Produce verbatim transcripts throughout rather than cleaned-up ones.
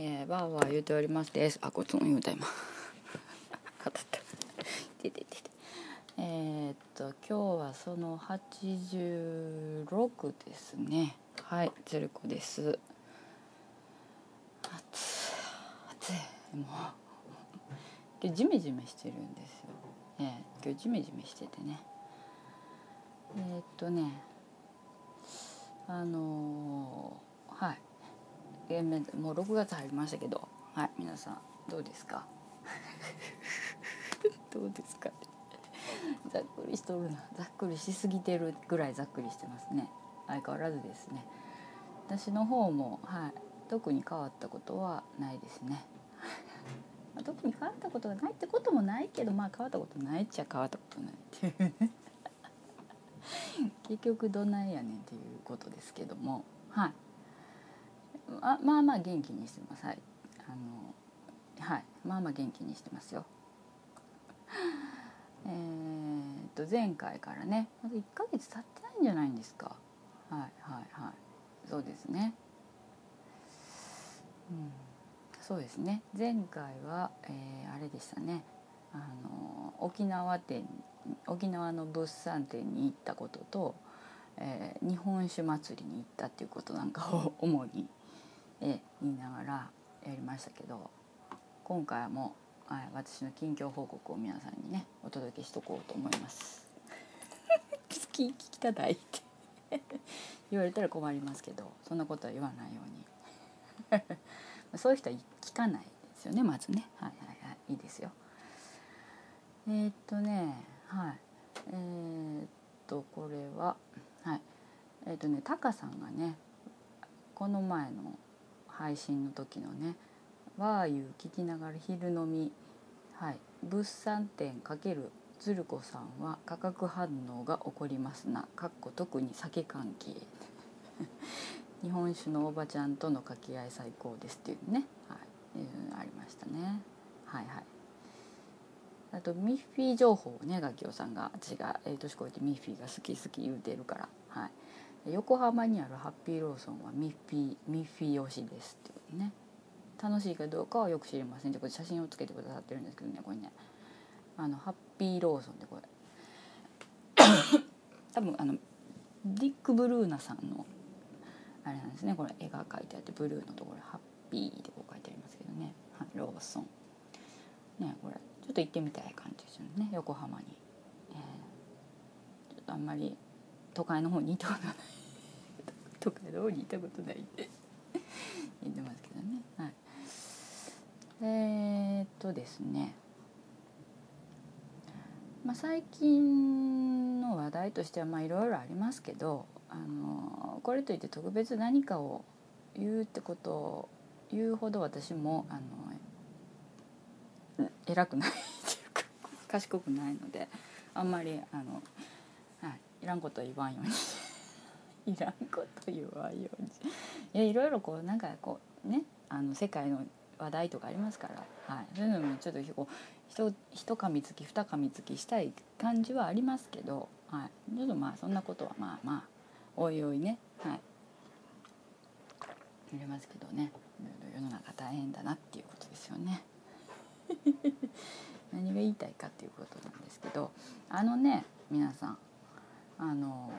えー、バーは言うておりますです。あ、こっちも言うた今。当たった。てててて。えー、っと今日はそのはちじゅうろくですね。はい、つるこです。暑い暑いもう今日ジメジメしてるんですよ。えー、今日ジメジメしててね。えー、っとねあのー、はい。もうろくがつ入りましたけど、はい、皆さんどうですか？どうですか？ざっくりしとるな。ざっくりしすぎてるぐらいざっくりしてますね。相変わらずですね。私の方も、はい、特に変わったことはないですね。特に変わったことがないってこともないけど、まあ変わったことないっちゃ変わったことないっていうね。結局どないやねんっていうことですけども、はい。ままあまあ元気にしてます。はい。あのはいまあまあ元気にしてますよ。えー、っと前回からねまだいっかげつ経ってないんじゃないんですか。はいはいはいそうですね。うん、そうですね。前回は、えー、あれでしたね。あの沖縄店沖縄の物産展に行ったことと、えー、日本酒祭りに行ったっていうことなんかを主に、えー、言いながらやりましたけど、今回も、はい、私の近況報告を皆さんにねお届けしとこうと思います。聞き聞きたないって言われたら困りますけど、そんなことは言わないようにそういう人は聞かないですよね、まずね。はいはいはい、いいですよ。えー、っとねはいえー、っとこれははいえー、っとねタカさんがねこの前の配信の時のねワーユー聞きながら昼飲み、はい、物産展×つるこさんは化学反応が起こりますな、かっこ特に酒関係日本酒のおばちゃんとの掛け合い最高ですっていうね、はい、いうのありましたね。はいはい。あとミッフィー情報をねガキオさんが私が、えー、年越えてミッフィーが好き好き言うてるから、はい、横浜にあるハッピーローソンはミッフィーミッフィー推しですっていうね。楽しいかどうかはよく知りませんってこれ写真をつけてくださってるんですけどね、これねあのハッピーローソンでこれ多分あのディック・ブルーナさんのあれなんですね。これ絵が描いてあってブルーのところハッピーってこう書いてありますけどね、はい、ローソンね、これちょっと行ってみたい感じですよね、横浜に、えー、ちょっとあんまり都会の方に行ったことない都会の方に行ったことないって言ってますけどね、はい、えー、っとですねまあ、最近の話題としてはいろいろありますけど、あのこれといって特別何かを言うってことを言うほど私もあの偉くないっていうか賢くないのであんまりあの、はい、いらんこと言わんようにいらんこと言わんようにいやいろいろこうなんかこうねあの世界の話題とかありますから、はい、そういうのもちょっとこう一一噛みつき二噛みつきしたい感じはありますけど、はい、ちょっとまあそんなことはまあまあおいおいね、はい、言れますけどね、世の中大変だなっていうことですよね何が言いたいかっていうことなんですけど、あのね皆さんあの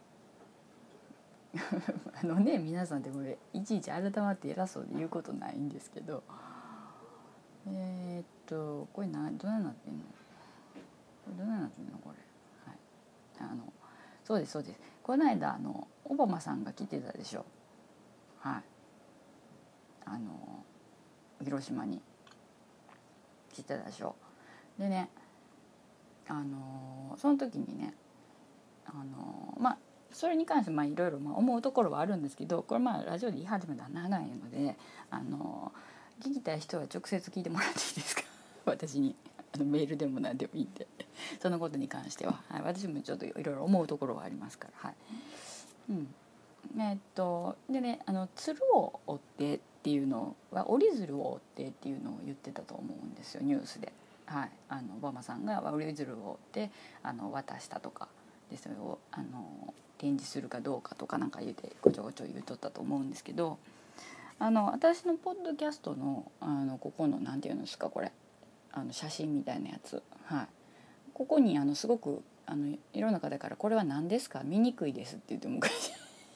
あのね皆さんってこれいちいち改まって偉そうで言うことないんですけど、えー、っとこれなどうなってんのこれどうなってんのこれ、はい、あのそうですそうです、この間あのオバマさんが来てたでしょ、はい、あの広島に来てたでしょ。でねあのその時にねあのまあそれに関していろいろ思うところはあるんですけど、これまあラジオで言い始めたら長いのであの聞きたい人は直接聞いてもらっていいですか私にあのメールでも何でもいいんでそのことに関しては、はい、私もちょっといろいろ思うところはありますから、はい、うんえー、っとでねあの鶴を折ってっていうのは折り鶴を折ってっていうのを言ってたと思うんですよニュースで、はい、あのオバマさんが折り鶴を折ってあの渡したとかでそれをあの展示するかどうかとかなんか言うてごちょごちょ言うとったと思うんですけど、 あの私のポッドキャストのあのここのなんていうんですかこれあの写真みたいなやつ、はい、ここにあのすごくあのいろんな方から「これは何ですか？見にくいです」って言って昔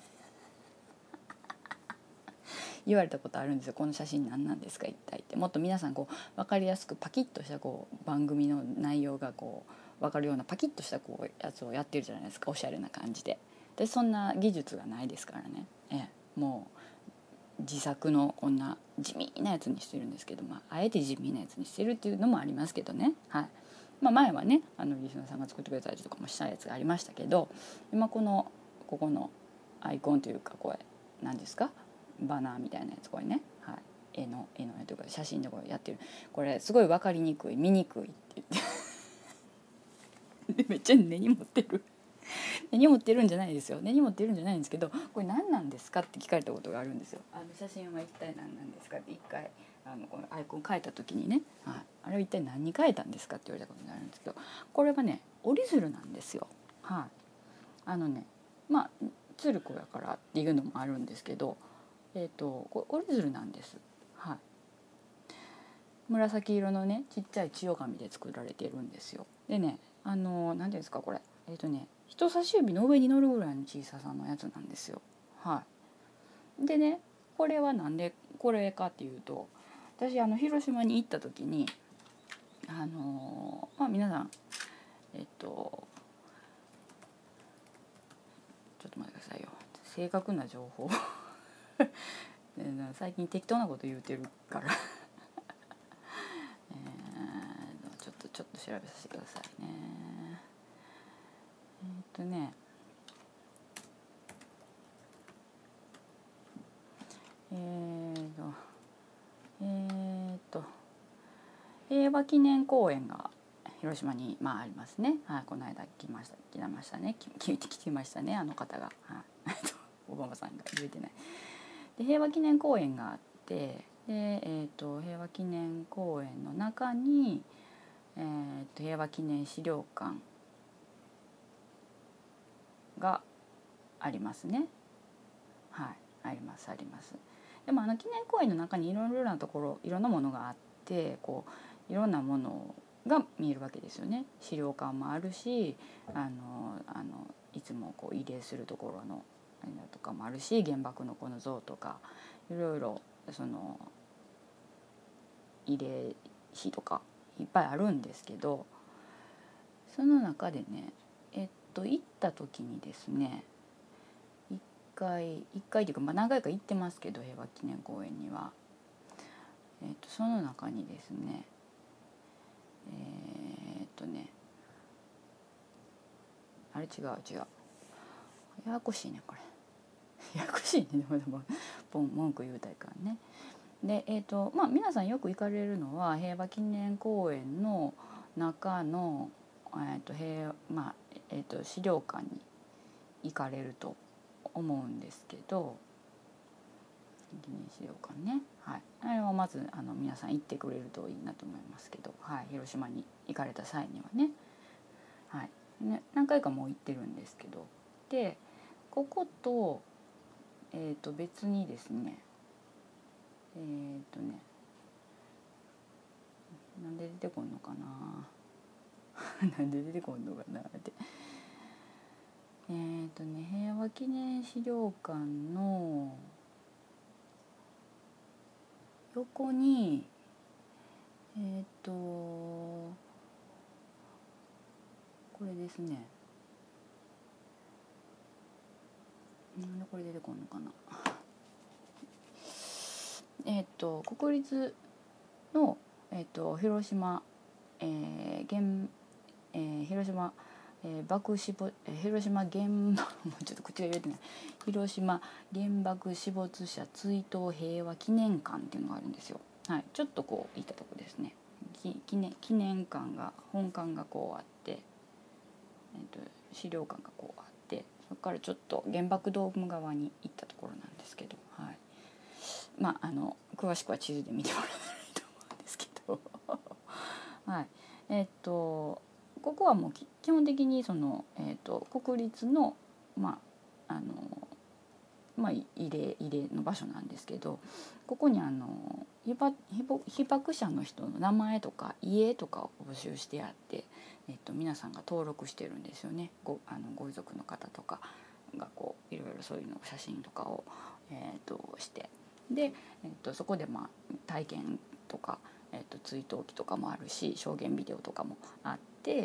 言われたことあるんですよ。この写真何なんですか一体って。もっと皆さんこう分かりやすくパキッとしたこう番組の内容がこう分かるようなパキッとしたこうやつをやってるじゃないですか、おしゃれな感じで。でそんな技術がないですからね、ええ、もう自作のこんな地味なやつにしてるんですけど、まあ、あえて地味なやつにしてるっていうのもありますけどね、はい。まあ、前はねあのリスナーさんが作ってくれたりとかもしたやつがありましたけど、今このここのアイコンというかこれ何ですかバナーみたいなやつこれね、はい、絵の絵の絵というか写真でこれやってる、これすごい分かりにくい見にくいって言ってでめっちゃ根に持ってる根に持ってるんじゃないですよ、根に持ってるんじゃないんですけど、これ何なんですかって聞かれたことがあるんですよ。あの写真は一体何なんですかって一回あのこのアイコン変えた時にね、はい、あれは一体何に変えたんですかって言われたことがあるんですけど、これはね折り鶴なんですよ。はい、あのねまあ鶴子やからっていうのもあるんですけど、えーと、これ折り鶴なんです。はい、紫色のねちっちゃい千代紙で作られてるんですよ。でねあの何ていうんですかこれえっ、ー、とね人差し指の上に乗るぐらいの小ささのやつなんですよ。はい、でねこれはなんでこれかっていうと、私あの広島に行った時にあのまあ皆さんえっとちょっと待ってくださいよ、正確な情報最近適当なこと言うてるからえー、ちょっとちょっと調べさせてくださいね。えー、っとねえー、っとえー、っと平和記念公園が広島に、まあ、ありますね、はい、この間来ました来ましたね来て来てましたねあの方が、はい、オバマさんが言えてないで平和記念公園があって、で、えー、と平和記念公園の中に、えー、と平和記念資料館がありますね。はい、ありますあります。でもあの記念公園の中にいろいろなところいろんなものがあって、こういろんなものが見えるわけですよね。資料館もあるし、あのあのいつもこう慰霊するところのとかもあるし、原爆のこの像とかいろいろその慰霊碑とかいっぱいあるんですけど、その中でねえっと行った時にですね一回一回というか、まあ、何回か行ってますけど平和記念公園には、えっとその中にですねえー、っとねあれ違う違うややこしいねこれややこしいねでもでも文句言うたいからね。でえー、っとまあ皆さんよく行かれるのは平和記念公園の中の、えー、っと平まあえー、っと資料館に行かれると思うんですけど、記念資料館ね、はい、あれはまずあの皆さん行ってくれるといいなと思いますけど、はい、広島に行かれた際にはね、はいね、何回かもう行ってるんですけど、でここと、えー、と別にですねえっ、とねなんで出てこんのかななんで出てこんのかなってえっ、とね平和記念資料館の横にえっ、とこれですね、なんでこれ出てこんのかなえっ、と国立の、えー、と広島、えー原えー、広島、えー、爆死没、えー、広島原もうちょっと口が言えてない広島原爆死没者追悼平和記念館っていうのがあるんですよ。はい、ちょっとこういったとこですね。記念記念館が本館がこうあって、えー、と資料館がこうあって、そこからちょっと原爆ドーム側に行ったところなんですけど、はい、まああの詳しくは地図で見てもらえないと思うんですけどはいえっ、とここはもう基本的にその、えー、と国立のまああのまあ、慰霊慰霊の場所なんですけど、ここにあの被爆被爆者の人の名前とか家とかを募集してあって、えっと、皆さんが登録してるんですよね。 ご, あのご遺族の方とかがこういろいろそういうの写真とかを、えっと、してで、えっと、そこで、まあ、体験とか、えっと、追悼記とかもあるし証言ビデオとかもあって、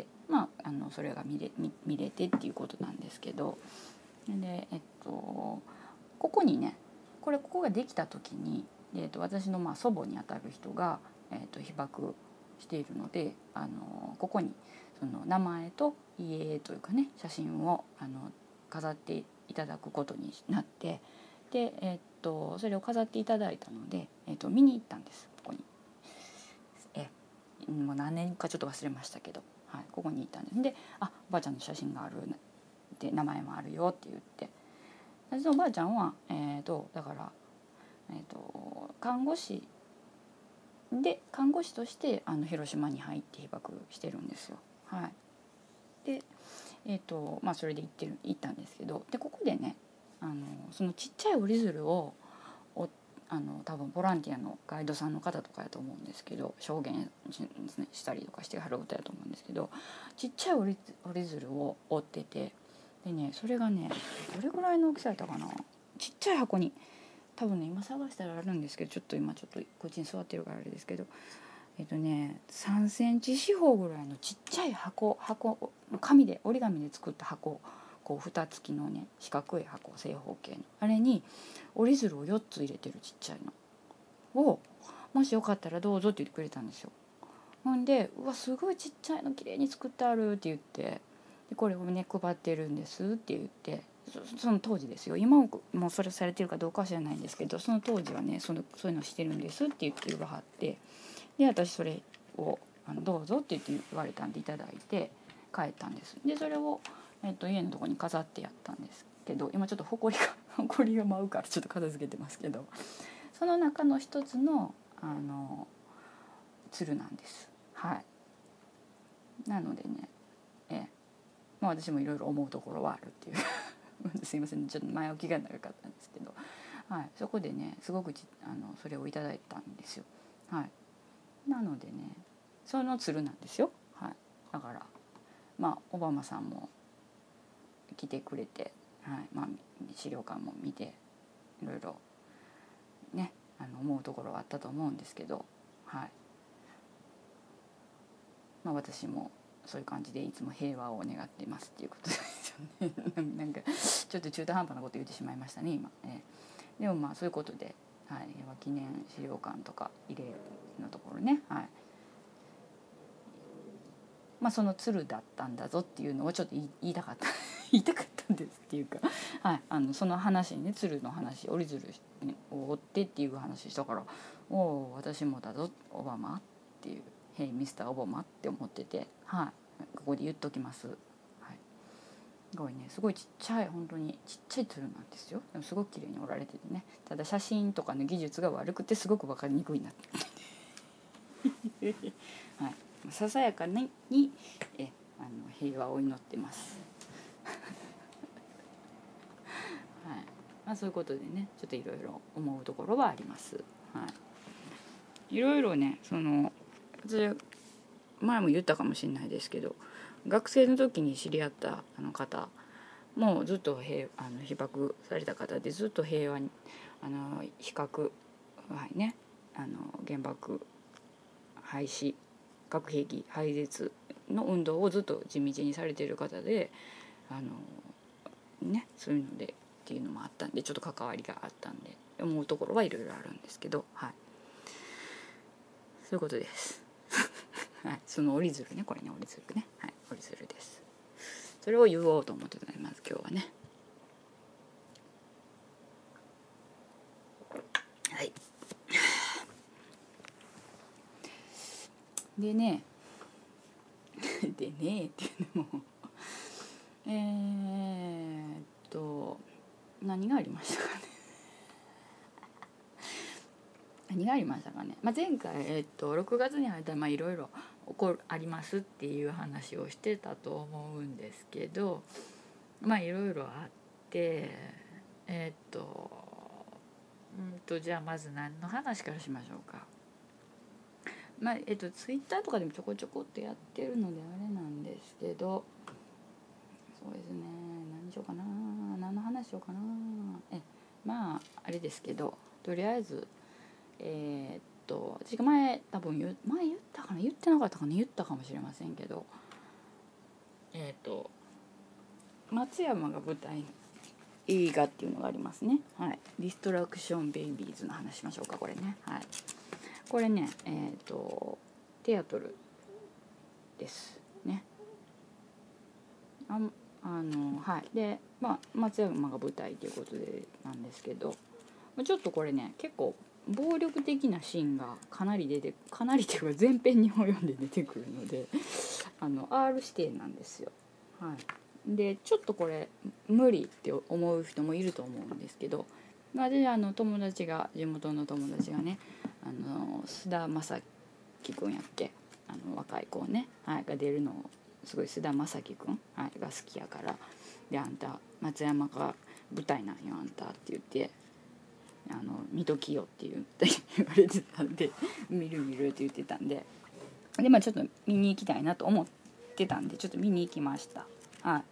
まあ、あのそれが見れ、見、見れてっていうことなんですけど、で、えっとここにねこれここができた時に、えー、と私のまあ祖母にあたる人が、えー、と被爆しているので、あのここにその名前と家というかね写真をあの飾っていただくことになって、で、えー、とそれを飾っていただいたので、えー、と見に行ったんです。ここにえもう何年かちょっと忘れましたけど、はい、ここに行ったんですで、あおばあちゃんの写真があるで名前もあるよって言って、私のおばあちゃんは、えー、とだから、えー、と看護師で看護師としてあの広島に入って被爆してるんですよ。はい、で、えーとまあ、それで行ってる行ったんですけど、でここでねあのそのちっちゃい折り鶴をおあの多分ボランティアのガイドさんの方とかやと思うんですけど、証言 し, したりとかしてはることやと思うんですけど、ちっちゃい折り折り鶴を追ってて、でねそれがねどれぐらいの大きさやったかな、ちっちゃい箱に多分ね今探したらあるんですけど、ちょっと今ちょっとこっちに座ってるからあれですけど、えっとねさんセンチ四方ぐらいのちっちゃい箱箱紙で折り紙で作った箱、こう蓋付きのね四角い箱、正方形のあれに折り鶴をよっつ入れてるちっちゃいのを、もしよかったらどうぞって言ってくれたんですよ。ほんで、うわすごいちっちゃいの綺麗に作ってあるって言って、でこれをね配ってるんですって言って、そ, その当時ですよ、今ももうそれされてるかどうかは知らないんですけど、その当時はねそのそういうのしてるんですって言って言わはって、で私それをあのどうぞって言って言われたんでいただいて帰ったんです。でそれを、えっと、家のとこに飾ってやったんですけど、今ちょっとほこりがほこりが舞うからちょっと片付けてますけど、その中の一つのあの鶴なんです。はい、なのでね、えまあ、私もいろいろ思うところはあるっていうすいませんちょっと前置きが長かったんですけど、はい、そこでねすごくあのそれをいただいたんですよ。はい、なのでねその鶴なんですよ。はい、だからまあオバマさんも来てくれて、はいまあ、資料館も見ていろいろねあの思うところはあったと思うんですけど、はいまあ、私もそういう感じでいつも平和を願ってますっていうことですよねなんかちょっと中途半端なこと言ってしまいましたね今ね。でもまあそういうことで、はい、平和記念資料館とか慰霊のところね、はいまあ、その鶴だったんだぞっていうのをちょっと言いたかった言いたかったんですっていうか、はい、あのその話にね鶴の話折り鶴を追ってっていう話したから、おお私もだぞオバマっていう「ヘイミスターオバマ」って思ってて、はい、ここで言っときます。はい、すごいねすごいちっちゃい本当にちっちゃい鶴なんですよ。でもすごく綺麗に折られててね、ただ写真とかの技術が悪くてすごく分かりにくいなってはい、ささやかにえあの平和を祈ってます。はいまあ、そういうことでねちょっといろいろ思うところはあります。はい、いろいろねその私前も言ったかもしれないですけど、学生の時に知り合ったあの方もうずっと平あの被爆された方で、ずっと平和にあの非核、はいね、あの原爆廃止核兵器廃絶の運動をずっと地道にされている方で、あのねそういうのでっていうのもあったんでちょっと関わりがあったんで思うところはいろいろあるんですけど、はい、そういうことです。はい、その折り鶴ねこれね折り鶴ね、はい、折り鶴です。それを言おうと思ってたまず今日はね。はい。でねでねっていうのもえーっと何がありましたかね何がありましたかね、まあ、前回、えー、っとろくがつに入ったらいろいろ起こるありますっていう話をしてたと思うんですけど、まあいろいろあって、 えー、っとうんとじゃあまず何の話からしましょうか。まあえっとツイッターとかでもちょこちょこってやってるのであれなんですけど、そうですね、何しようかな、何の話しようかな。えまああれですけど、とりあえずえー、っと私が前多分言前言ったかな言ってなかったかな言ったかもしれませんけど、えー、っと松山が舞台の映画っていうのがありますね。はい、ディストラクションベイビーズの話しましょうか、これね。はい、これね、えー、っとテアトルですね。ああのはいで、まあ、松山が舞台ということでなんですけど、ちょっとこれね結構暴力的なシーンがかなり出てかなりというか前編に及んで出てくるので、あの アール 指定なんですよ。はい、でちょっとこれ無理って思う人もいると思うんですけど、私あの友達が地元の友達がね、あの須田将暉くんやっけ、あの若い子ね、はい、が出るのをすごい須田将暉くん、はい、が好きやから、であんた松山が舞台なんよあんたって言ってあの見ときよって言って言われてたんで見る見るって言ってたんで、でまあちょっと見に行きたいなと思ってたんでちょっと見に行きました。はい、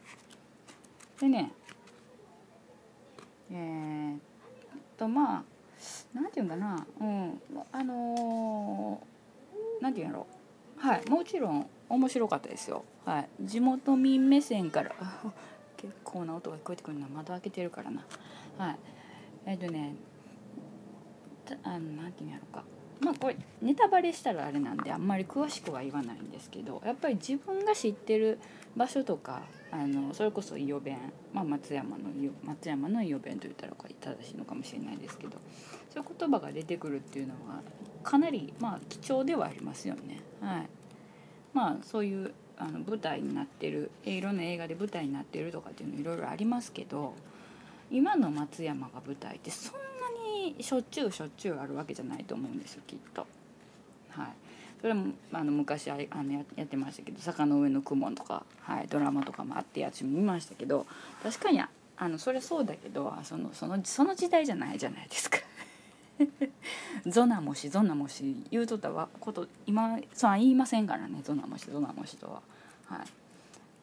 でねえー、っとまあなんていうんかな、うんあのー、なんていうんやろ、はいもちろん面白かったですよ。はい、地元民目線から結構な音が聞こえてくるな、窓開けてるからな。はい、えっとねあのなんていうんやろか、まあこれネタバレしたらあれなんであんまり詳しくは言わないんですけど、やっぱり自分が知ってる場所とか、あのそれこそ伊予弁、まあ、松山の松山の伊予弁と言ったら正しいのかもしれないですけど、そういう言葉が出てくるっていうのはかなりまあ貴重ではありますよね。はい、まあそういうあの舞台になってるいろんな映画で舞台になってるとかっていうのいろいろありますけど、今の松山が舞台ってそんなにしょっちゅうしょっちゅうあるわけじゃないと思うんですよきっと。はい、それもあの昔あれあの や, やってましたけど坂の上の雲とか、はい、ドラマとかもあってやつも見ましたけど、確かにあのそれそうだけどそのそのその時代じゃないじゃないですかゾナモシゾナモシ言うとったこと今そうは言いませんからね、ゾナモシゾナモシとは。はい、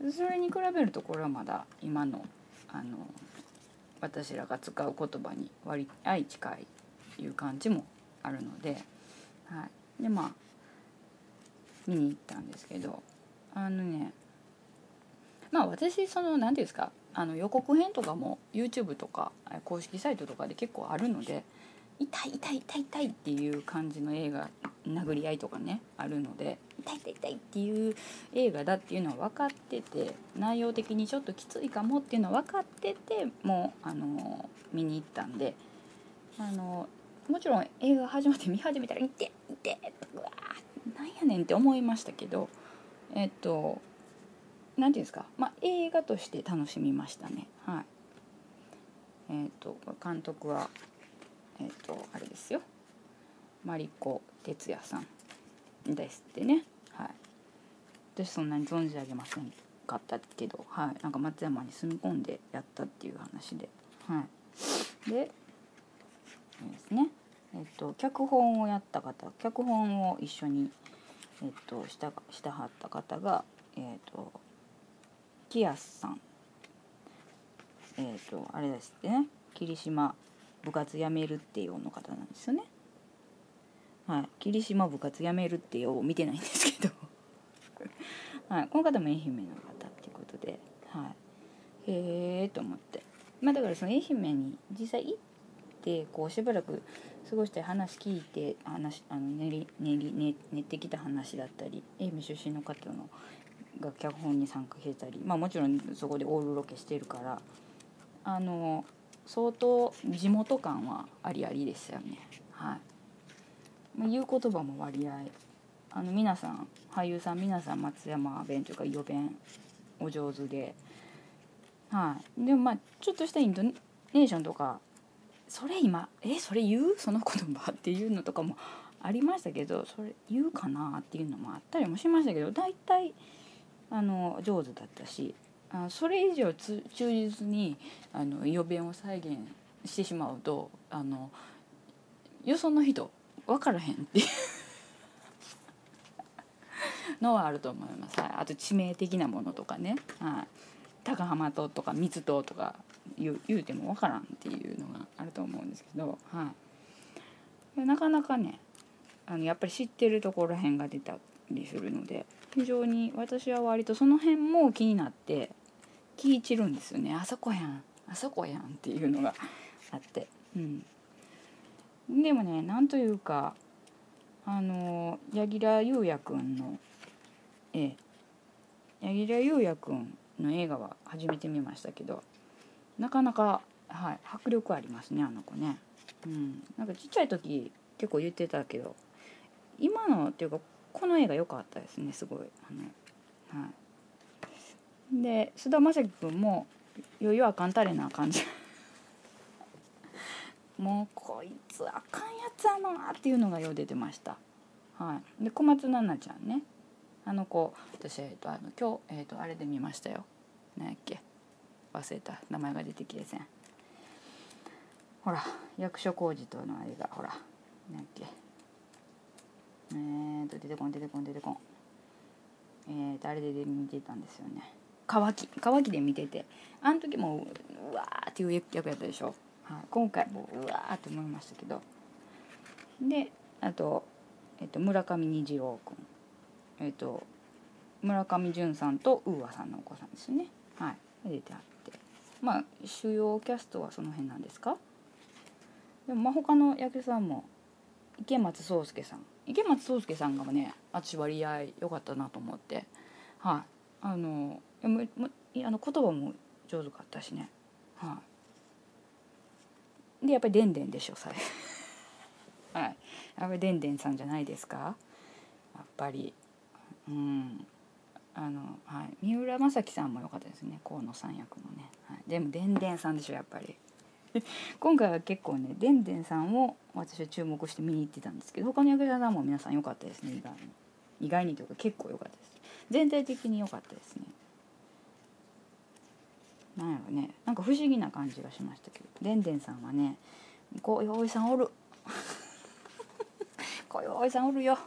それに比べるとこれはまだ今のあの私らが使う言葉に割合近いいう感じもあるので、はい、でまあ見に行ったんですけど、あのねまあ私その何ていうんですか、あの予告編とかも YouTube とか公式サイトとかで結構あるので、痛い痛い痛い痛いっていう感じの映画、殴り合いとかねあるので、痛い痛い痛いっていう映画だっていうのは分かってて、内容的にちょっときついかもっていうのは分かっててもうあの見に行ったんで、あのもちろん映画始まって見始めたら「いていてうわなんやねん」って思いましたけど、えっとなんていうんですか、まあ映画として楽しみましたね。はい、えっと監督はえっとあれですよ、マリコ哲也さんですってね。はい、私そんなに存じ上げませんかったけど、はい、なんか松山に住み込んでやったっていう話で、はい、でですね、えっと脚本をやった方、脚本を一緒にえっとしたしたはった方がえっとキヤスさん、えっとあれですね、霧島部活やめるってよの方なんですよね。はい、霧島部活やめるってよを見てないんですけどはい、この方も愛媛の方っていうことで、はい、へえと思って、まあだからその愛媛に実際行ってこうしばらく過ごして話聞いて話あの練り練り練練ってきた話だったり、愛媛出身の方のが脚本に参加してたり、まあもちろんそこでオールロケしてるから、あの相当地元感はありありですよね。はい、まあ、言う言葉も割合あの皆さん俳優さん皆さん松山弁というか伊予弁お上手で、はい、でもまあちょっとしたイントネーションとか、それ今えそれ言うその言葉っていうのとかもありましたけど、それ言うかなっていうのもあったりもしましたけど、大体あの上手だったし、あそれ以上つ忠実にあの伊予弁を再現してしまうとあのよその人分からへんっていうのはあると思います、はい、あと致命的なものとかね、はい、高浜島とか三津島とか言う、言うても分からんっていうのがあると思うんですけど、はい、なかなかねあのやっぱり知ってるところらへんが出たりするので、非常に私は割とその辺も気になって聞いちるんですよね。あそこやんあそこやんっていうのがあって、うん、でもねなんというかあの柳楽優弥くんのえ柳楽優弥くんの映画は初めて見ましたけど、なかなか、はい、迫力ありますねあの子ね、うん、なんかちっちゃい時結構言ってたけど今のっていうかこの映画良かったですねすごいあの、はい、で菅田将暉くんも余裕あかんたれな感じもうこいつあかんやつやなっていうのがよう出てました、はい、で小松菜奈ちゃんねあの子私、えー、とあの今日、えー、とあれで見ましたよ。何やっけ忘れた名前が出てきてせん。ほら役所広司とのあれがほら何やっけえーと出てこん出てこん出てこんえーとあれで見てたんですよね。乾き乾きで見ててあの時もうわーっていう役やったでしょ、はい、今回もうわーって思いましたけど、であと、えー、と村上虹郎くんえっ、ー、と村上淳さんとウーアさんのお子さんですね、はい、出てあって、まあ主要キャストはその辺なんですか。でもまあ他の役者さんも池松壮亮さん池松壮亮さんがね私割合良かったなと思って、はい、あのあの言葉も上手かったしね、はい、でやっぱりでんでんでしょそれはい、やっぱりでんでんさんじゃないですかやっぱり、うんあのはい、三浦正樹さんも良かったですね河野さん役のね、はい、でもでんでんさんでしょやっぱり今回は結構ねでんでんさんを私は注目して見に行ってたんですけど他の役者さんも皆さん良かったですね意外に意外にというか結構良かったです全体的に良かったですね。なんやろねなんか不思議な感じがしましたけどでんでんさんはねこういうおじさんおるこういうおじさんおるよ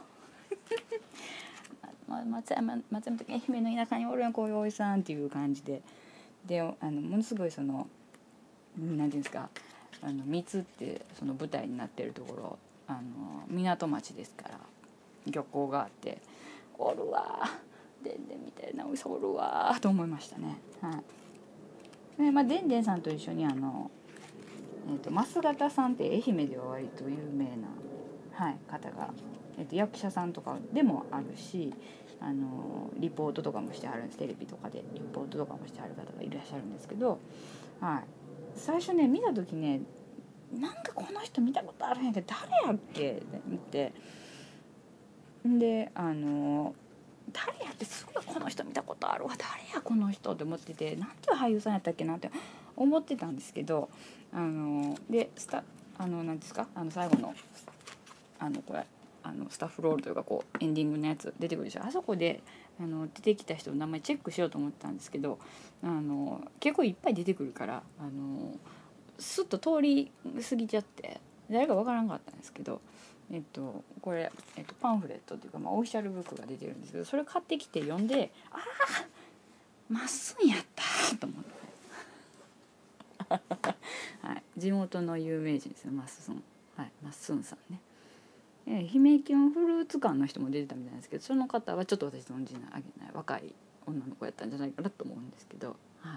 松山松山愛媛の田舎におるやんこういうおじさんっていう感じでであのものすごいその何ていうんですかあの三つってその舞台になってるところあの港町ですから漁港があっておるわでんでんみたいなおじさんおるわと思いましたね。はいでまあ、でんでんさんと一緒にあの、えー、と増形さんって愛媛では割と有名な、はい、方が、えー、と役者さんとかでもあるしあのリポートとかもしてあるんですテレビとかでリポートとかもしてある方がいらっしゃるんですけど、はい、最初ね見た時ねなんかこの人見たことあるんやけど誰やっけって見てであの誰やってすごいこの人見たことあるわ誰やこの人って思っててなんていう俳優さんやったっけなって思ってたんですけどあのでスタあの何ですかあの最後のあのこれあのスタッフロールというかこうエンディングのやつ出てくるでしょあそこであの出てきた人の名前チェックしようと思ってたんですけどあの結構いっぱい出てくるからあのスッと通り過ぎちゃって誰かわからんかったんですけど、えっと、これ、えっと、パンフレットっていうか、まあ、オフィシャルブックが出てるんですけどそれ買ってきて読んでああまっすんやったと思って、はい、地元の有名人ですよまっすん、はい、まっすんさんね。え姫キュンフルーツ館の人も出てたみたいなんですけどその方はちょっと私存じ上げない若い女の子やったんじゃないかなと思うんですけど、はい、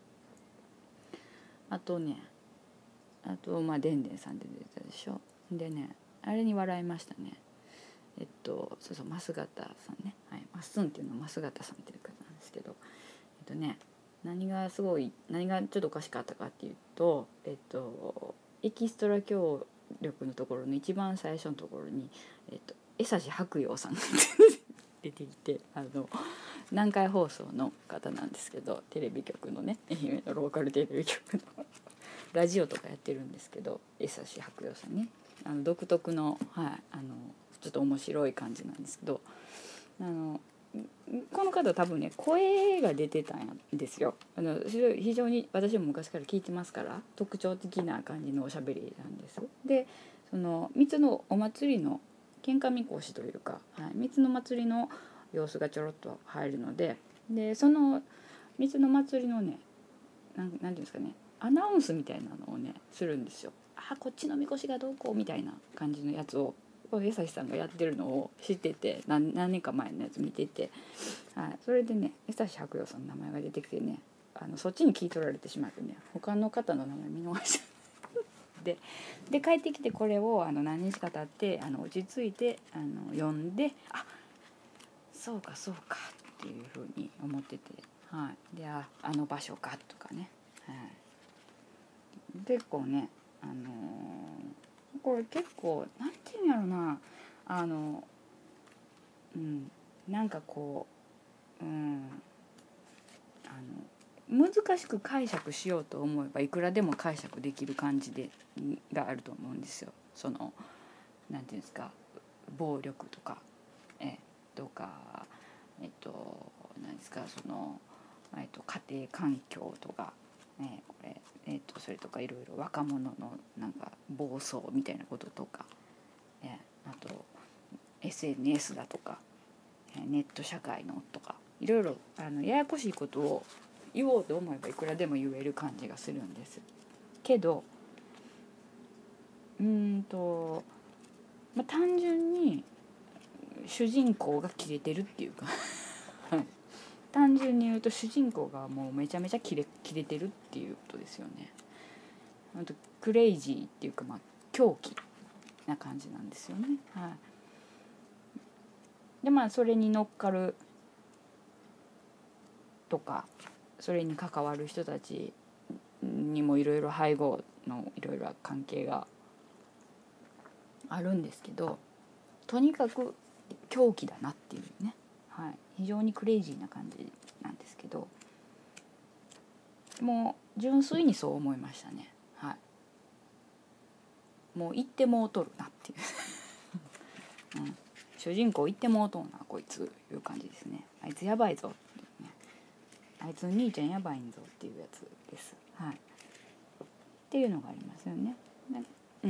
あとねあとまあでんでんさんで出てたでしょでねあれに笑いましたねえっとそうそう増形さんね、はい、まっすんっていうのは増形さんっていう方なんですけどえっとね何がすごい何がちょっとおかしかったかっていうとえっとエキストラ協力のところの一番最初のところにえっと江差白洋さんが出てきてあの南海放送の方なんですけどテレビ局のね愛媛のローカルテレビ局のラジオとかやってるんですけど江差白洋さんねあの独特の、はい、あのちょっと面白い感じなんですけどあのこの方多分ね声が出てたんですよ。あの非常に私も昔から聞いてますから特徴的な感じのおしゃべりなんです。でその三つのお祭りの喧嘩みこしというか、はい、三つの祭りの様子がちょろっと入るので、でその三つの祭りのねなん、なんていうんですかね、アナウンスみたいなのをねするんですよ。あこっちのみこしがどうこうみたいな感じのやつを江崎さんがやってるのを知ってて、 何, 何年か前のやつ見てて、はい、それでね江崎白洋さんの名前が出てきてね、あのそっちに聞い取られてしまってね他の方の名前見逃してでで帰ってきてこれをあの何日か経ってあの落ち着いてあの読んで、あそうかそうかっていうふうに思ってて、はい、で あ, あの場所かとかね、はい、結構ね、あのー、これ結構なんていうんやろな、あのうんなんかこう、うん、あの難しく解釈しようと思えばいくらでも解釈できる感じでがあると思うんですよ。そのなんていうんですか、暴力とかえとかえっと何ですかその、えっと、家庭環境とか、ね、これえっとそれとかいろいろ若者のなんか暴走みたいなこととか、ね、あと エスエヌエス だとかネット社会のとかいろいろあのややこしいことを言おうと思えばいくらでも言える感じがするんですけど、うーんと、まあ、単純に主人公がキレてるっていうか単純に言うと主人公がもうめちゃめちゃキレキレてるっていうことですよね。あとクレイジーっていうか、まあ狂気な感じなんですよね。はい、でまあそれに乗っかるとかそれに関わる人たちにもいろいろ背後のいろいろ関係があるんですけど、とにかく狂気だなっていうね、はい、非常にクレイジーな感じなんですけど、もう純粋にそう思いましたね。はい、もう言ってもうとるなっていう、うん、主人公言ってもうとんなこいついう感じですね。あいつやばいぞっていう、ね、あいつの兄ちゃんやばいんぞっていうやつです。はい、っていうのがありますよね。うん、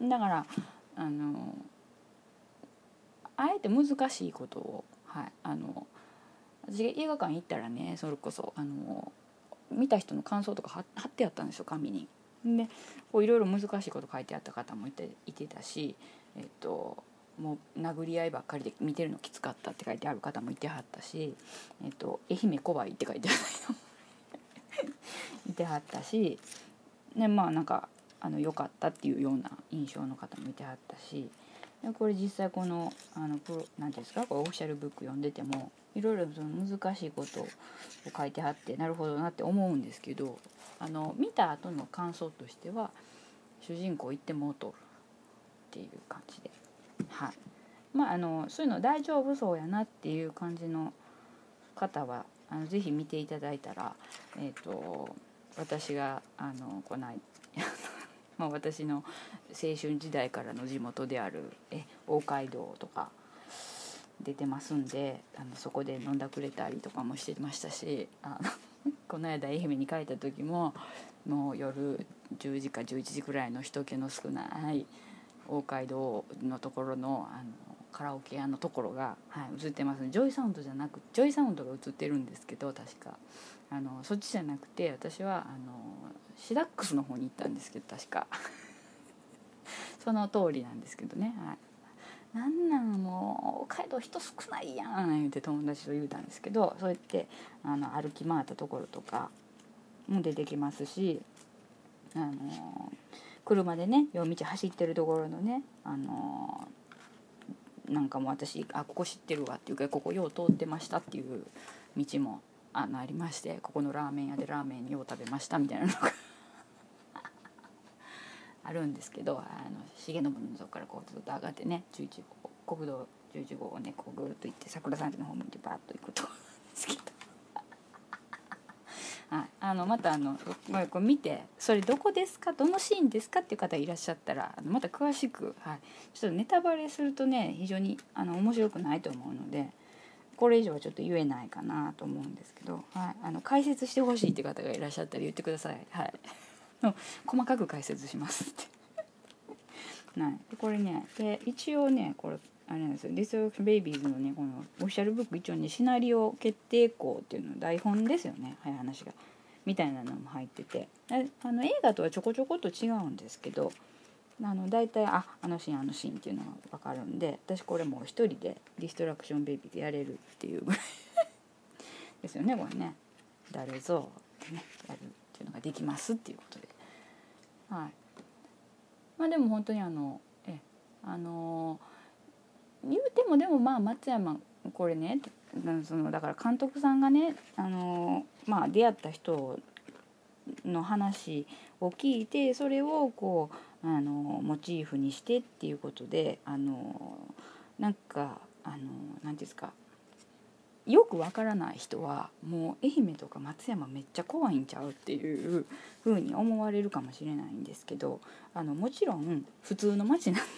だからあのあえて難しいことを、はい、あの私が映画館行ったらねそれこそあの見た人の感想とか貼ってあったんですよ紙に。でこういろいろ難しいこと書いてあった方もいていてたし、えっともう殴り合いばっかりで見てるのきつかったって書いてある方もいてはったし、えっと、愛媛怖いって書いてある人もいてはったし、ね、まあなんかあの良かったっていうような印象の方もいてはったし、でこれ実際このあのプロなんていうんですかこれオフィシャルブック読んでてもいろいろその難しいことを書いてあってなるほどなって思うんですけど、あの見た後の感想としては主人公言ってもうとるっていう感じで、はい、まああのそういうの大丈夫そうやなっていう感じの方はあのぜひ見ていただいたら、えーと、私があのこの間まあ私の青春時代からの地元であるえ大街道とか出てますんで、あのそこで飲んだくれたりとかもしてましたし、あのこの間愛媛に帰った時ももう夜じゅうじかじゅういちじくらいの人気の少ない大街道のところの、あのカラオケ屋のところが、はい、映ってます。ジョイサウンドじゃなくジョイサウンドが映ってるんですけど確かあのそっちじゃなくて私はあのシダックスの方に行ったんですけど確かその通りなんですけどね、はい、なんなんもう北海道人少ないやん言って友達と言うたんですけど、そうやってあの歩き回ったところとかも出てきますし、あの車でね夜道走ってるところのね、あのなんかもう私あここ知ってるわっていうかここよう通ってましたっていう道もあのありまして、ここのラーメン屋でラーメンよう食べましたみたいなのがあるんですけど、あの重信のとこからこうずっと上がってねじゅういちごう国道じゅういちごうをねこうぐるっと行って桜山の方向にバーッと行くとこなんですけどはい、あのまたあのこれ見てそれどこですかどのシーンですかっていう方いらっしゃったらあのまた詳しく、はい、ちょっとネタバレするとね非常にあの面白くないと思うのでこれ以上はちょっと言えないかなと思うんですけど、はい、あの解説してほしいっていう方がいらっしゃったら言ってください。はい、細かく解説しますってはい、でこれねで一応ねこれあれなんですよ、ディストラクションベイビーズのねこのオフィシャルブック、一応ねシナリオ決定校っていうの台本ですよね、はい、話がみたいなのも入ってて、あの映画とはちょこちょこっと違うんですけど、あの大体ああのシーンあのシーンっていうのが分かるんで、私これもう一人でディストラクションベイビーでやれるっていうぐらいですよねこれね。誰ぞってねやるっていうのができますっていうことで、はい。まあでも本当にあのえあの言うてもでもまあ松山これね、そのだから監督さんがねあのまあ出会った人の話を聞いて、それをこうあのモチーフにしてっていうことで、あのなんかあのなんですか、よくわからない人はもう愛媛とか松山めっちゃ怖いんちゃうっていう風に思われるかもしれないんですけど、あのもちろん普通の町なんで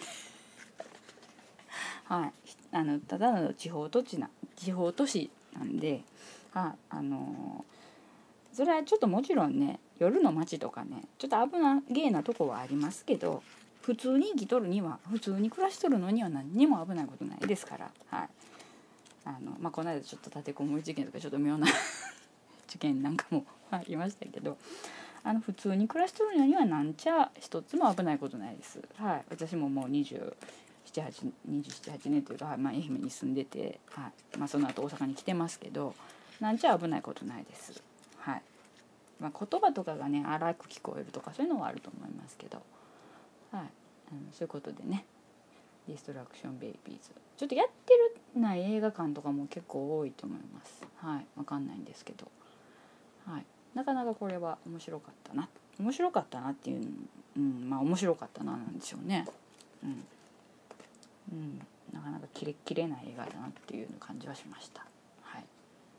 はい、あのただの地方都市な地方都市なんで、はい、あのそれはちょっともちろんね夜の街とかねちょっと危なげなとこはありますけど、普通に生きとるには普通に暮らしとるのには何にも危ないことないですから、はい、あのまあこの間ちょっと立てこもり事件とかちょっと妙な事件なんかもありましたけど、あの普通に暮らしとるのにはなんちゃ一つも危ないことないです。はい、私ももうにじゅうなな、はち、にじゅうなな、はちねんというか、はい、まあ、愛媛に住んでて、はいまあ、その後大阪に来てますけど、なんちゃ危ないことないです。はいまあ、言葉とかがね荒く聞こえるとかそういうのはあると思いますけど、はい、うん、そういうことでねディストラクションベイビーズちょっとやってるない映画館とかも結構多いと思います。はい、わかんないんですけど、はい、なかなかこれは面白かったな面白かったなっていう、うん、まあ面白かったななんでしょうね。うんうん、なかなかキレッキレな映画だなっていう感じはしました。はい、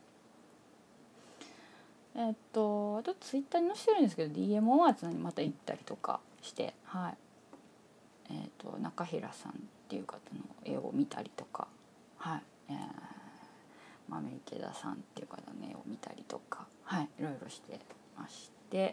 えーっとあとツイッターに載せてるんですけど ディーエム アーツにまた行ったりとかして、はいえーっと中平さんっていう方の絵を見たりとか、はいえー、豆池田さんっていう方の絵を見たりとか、はい、いろいろしてまして、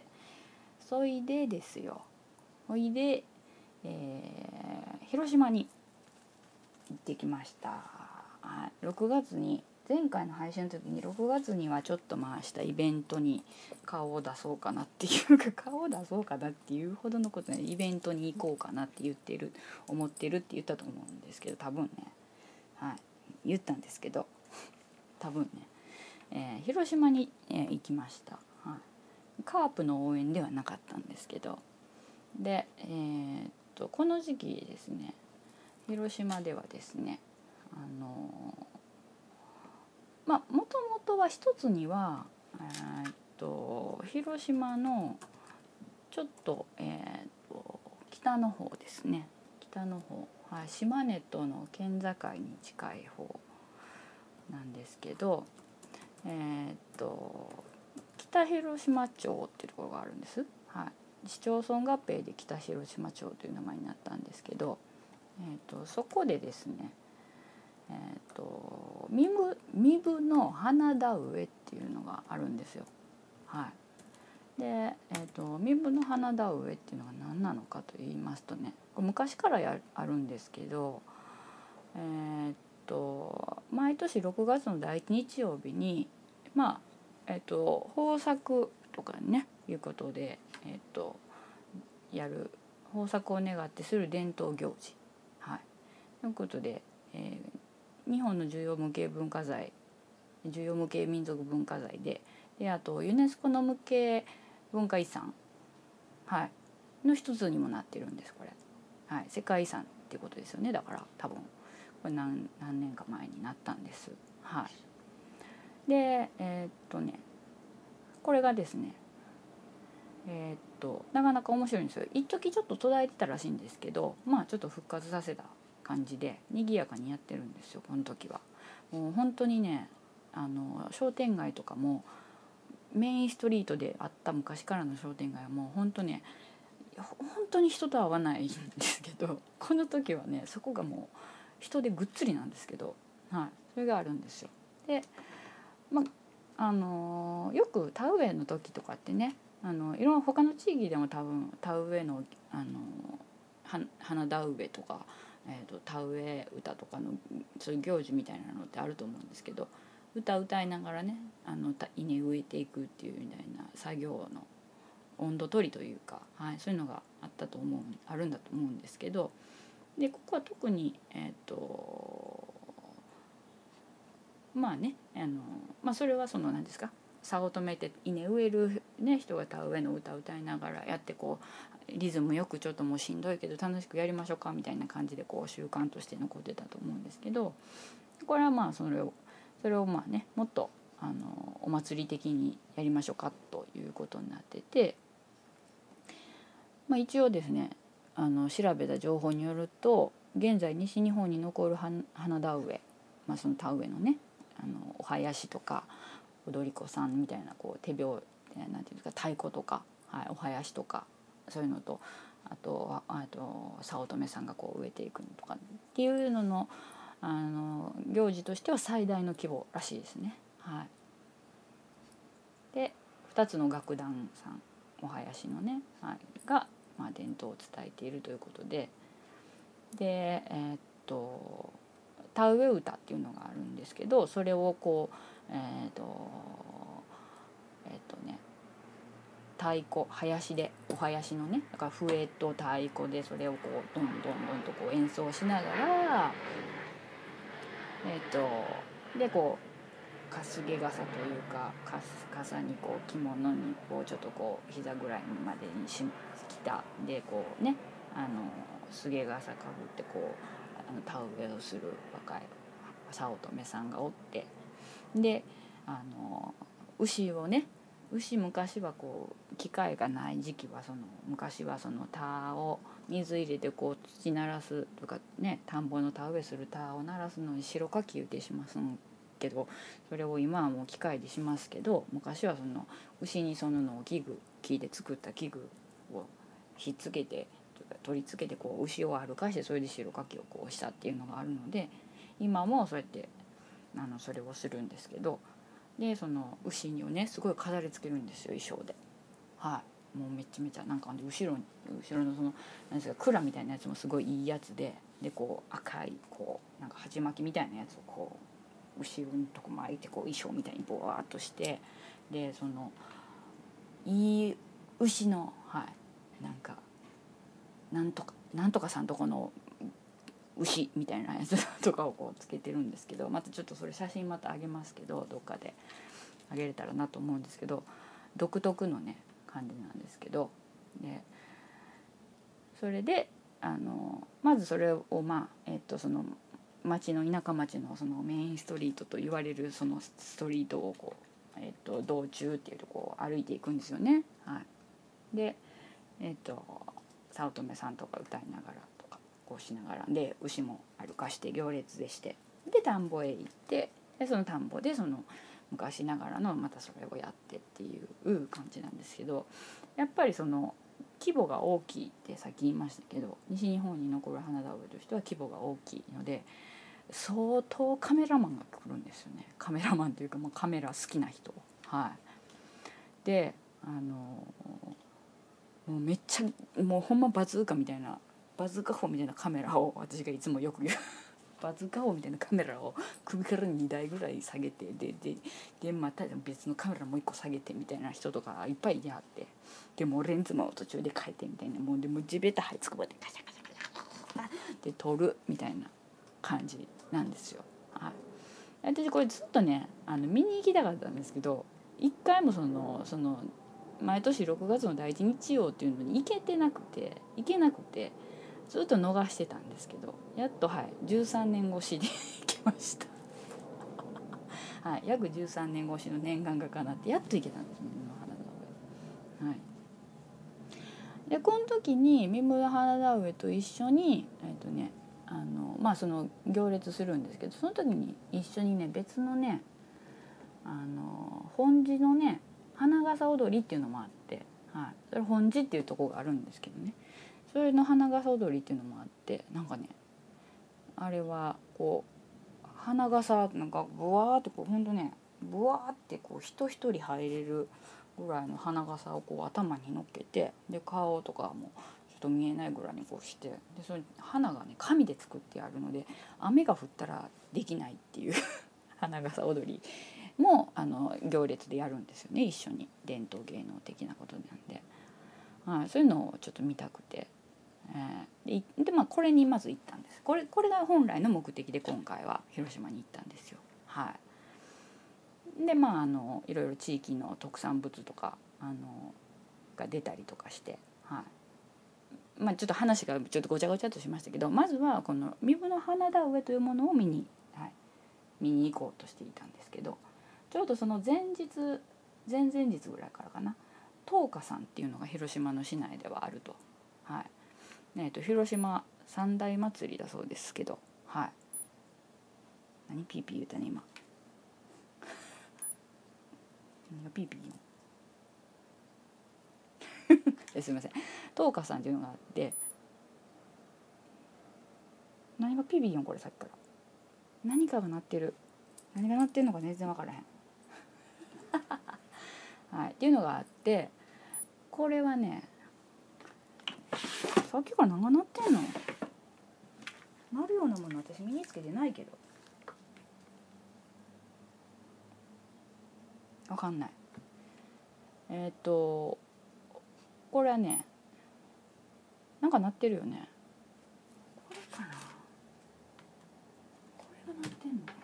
そいでですよほいで、えー、広島に行ってきました。はい、ろくがつに前回の配信の時にろくがつにはちょっと回したイベントに顔を出そうかなっていうか顔を出そうかなっていうほどのことね、イベントに行こうかなって言ってる思ってるって言ったと思うんですけど、多分ね、はい、言ったんですけど多分ね、えー、広島に、えー、行きました。はい、カープの応援ではなかったんですけど、で、えー、っとこの時期ですね広島ではですねあのまあもともとは一つにはえー、っと広島のちょっと,、えー、っと北の方ですね北の方、はい、島根との県境に近い方なんですけど、えー、っと北広島町っていうところがあるんです。はい、市町村合併で北広島町という名前になったんですけど、えー、とそこでですね、えー、と壬生壬生の花田植えっていうのがあるんですよ。はい、で、えー、と壬生の花田植えっていうのが何なのかと言いますとね、昔からやあるんですけど、えー、と毎年ろくがつのだいいち日曜日にまあえー、と豊作とかねいうことで、えー、とやる豊作を願ってする伝統行事、はい、ということで、えー、日本の重要無形文化財重要無形民族文化財で、であとユネスコの無形文化遺産、はい、の一つにもなってるんですこれ、はい、世界遺産っていうことですよね。だから多分これ 何, 何年か前になったんです。はい、でえー、っとねこれがですねえー、っとなかなか面白いんですよ。一時ちょっと途絶えてたらしいんですけど、まあちょっと復活させた感じで賑やかにやってるんですよこの時は。もう本当にねあの商店街とかもメインストリートであった昔からの商店街はもう本当ね本当に人と会わないんですけど、この時はねそこがもう人でぐっつりなんですけど、はい、それがあるんですよ。 で、まあのよく田植えの時とかってね、あのいろんな他の地域でも多分田植えの、あの花田植えとか、えー、と田植え歌とかのそういう行事みたいなのってあると思うんですけど、歌歌いながらね、あの稲植えていくっていうみたいな作業の温度取りというか、はい、そういうのがあったと思うあるんだと思うんですけど、でここは特にえっ、ー、とまあね、あのまあ、それはその何ですか、差を止めて稲植える、ね、人が田植えの歌を歌いながらやってこうリズムよくちょっともうしんどいけど楽しくやりましょうかみたいな感じでこう習慣として残ってたと思うんですけど、これはまあそれをそれをまあねもっとあのお祭り的にやりましょうかということになってて、まあ、一応ですね、あの調べた情報によると現在西日本に残る花田植え、まあ、その田植えのね、あのお囃子とか踊り子さんみたいなこう手拍子なんていうんですか、太鼓とか、はい、お囃子とかそういうのと、あとあと早乙女さんがこう植えていくのとかっていうのの、あの行事としては最大の規模らしいですね。はい、でふたつの楽団さんお囃子のね、はい、が、まあ、伝統を伝えているということで、でえーっと田植え歌っていうのがあるんですけど、それをこうえーっとえーっとね太鼓囃子でお囃子のね、だから笛と太鼓でそれをこうどんどんどんとこう演奏しながら、えーっとでこうかすげ傘というか傘にこう着物にこうちょっとこう膝ぐらいまでにし着たでこうね、あのすげ傘かぶってこうあの田植えをする若い早乙女さんがおって、であの牛をね、牛昔はこう機械がない時期はその昔はその田を水入れてこう土鳴らすとかね、田んぼの田植えする田を鳴らすのに白かき言うてしますけど、それを今はもう機械でしますけど、昔はその牛にそのの器具木で作った器具をひっつけて取り付けてこう牛を歩かしてそれで白かきをこうしたっていうのがあるので、今もそうやってあのそれをするんですけど、でその牛にをねすごい飾りつけるんですよ、衣装で。はい、もうめちゃめちゃなんか後ろに後ろのそのなんですか蔵みたいなやつもすごいいいやつで、でこう赤いこうなんか鉢巻きみたいなやつをこう後ろのとこ巻いてこう衣装みたいにボワーっとして、でそのいい牛の、はい、なんかなんとかなんとかさんとこの牛みたいなやつとかをこうつけてるんですけど、またちょっとそれ写真またあげますけど、どっかであげれたらなと思うんですけど、独特のね感じなんですけど、でそれであのまずそれをまあえっとその町の田舎町のそのメインストリートと言われるそのストリートをこう、えっと、道中っていうとこを歩いていくんですよね。はい、でえっと早乙女さんとか歌いながらとかこうしながらで牛も歩かして行列でして、で田んぼへ行って、でその田んぼでその昔ながらのまたそれをやってっていう感じなんですけど、やっぱりその規模が大きいってさっき言いましたけど、西日本に残る花田植えとしては規模が大きいので相当カメラマンが来るんですよね。カメラマンというか、まあ、カメラ好きな人。はい、であのもうめっちゃもうほんまバズーカみたいなバズーカ砲みたいなカメラを私がいつもよく言うバズーカ砲みたいなカメラを首からにだいぐらい下げて、でででまた別のカメラもういっこ下げてみたいな人とかいっぱいいてはって、でもレンズも途中で変えてみたいな、もうでも地べた這いつくばってカシャカシャカシャカシャで撮るみたいな感じなんですよ。はい、私これずっとねあの見に行きたかったんですけど、一回もそのその毎年ろくがつのだいいち日曜っていうのに行けてなくて行けなくてずっと逃してたんですけど、やっとはいじゅうさんねん越しで行けましたはい、約じゅうさんねん越しの念願が叶ってやっと行けたんです、三村花田植え。はい、でこの時に三村花田植えと一緒にえっ、ー、とねあのまあその行列するんですけど、その時に一緒にね別のねあの本寺のね花笠踊りっていうのもあって、はい、それ本寺っていうところがあるんですけどね、それの花笠踊りっていうのもあって、なんかねあれはこう花笠なんかブワーってこうほんとねブワーってこう人一人入れるぐらいの花笠をこう頭に乗っけて、で顔とかもちょっと見えないぐらいにこうして、でその花がね紙で作ってあるので雨が降ったらできないっていう花笠踊りもあの行列でやるんですよね、一緒に。伝統芸能的なことなんで、はい、そういうのをちょっと見たくて、えー、で, でまあこれにまず行ったんです。これこれが本来の目的で今回は広島に行ったんですよ。はい。でまああのいろいろ地域の特産物とかあのが出たりとかして、はい。まあちょっと話がちょっとごちゃごちゃっとしましたけど、まずはこの壬生の花田植えというものを見に、はい、見に行こうとしていたんですけど、ちょうどその前日前々日ぐらいからかな、東花さんっていうのが広島の市内ではあると。はい。えー、と広島三大祭りだそうですけど、はい。何ピーピー言うたね今。何がピーピー言うのすいません。東花さんっていうのがあって、何がピーピー言うのこれ、さっきから何かが鳴ってる。何が鳴ってるのか全然分からへんはい、っていうのがあって、これはね、さっきから何が鳴ってんの。鳴るようなもの私身につけてないけど、わかんない。えっ、ー、とこれはね、なんか鳴ってるよね。これかな、これが鳴ってんのか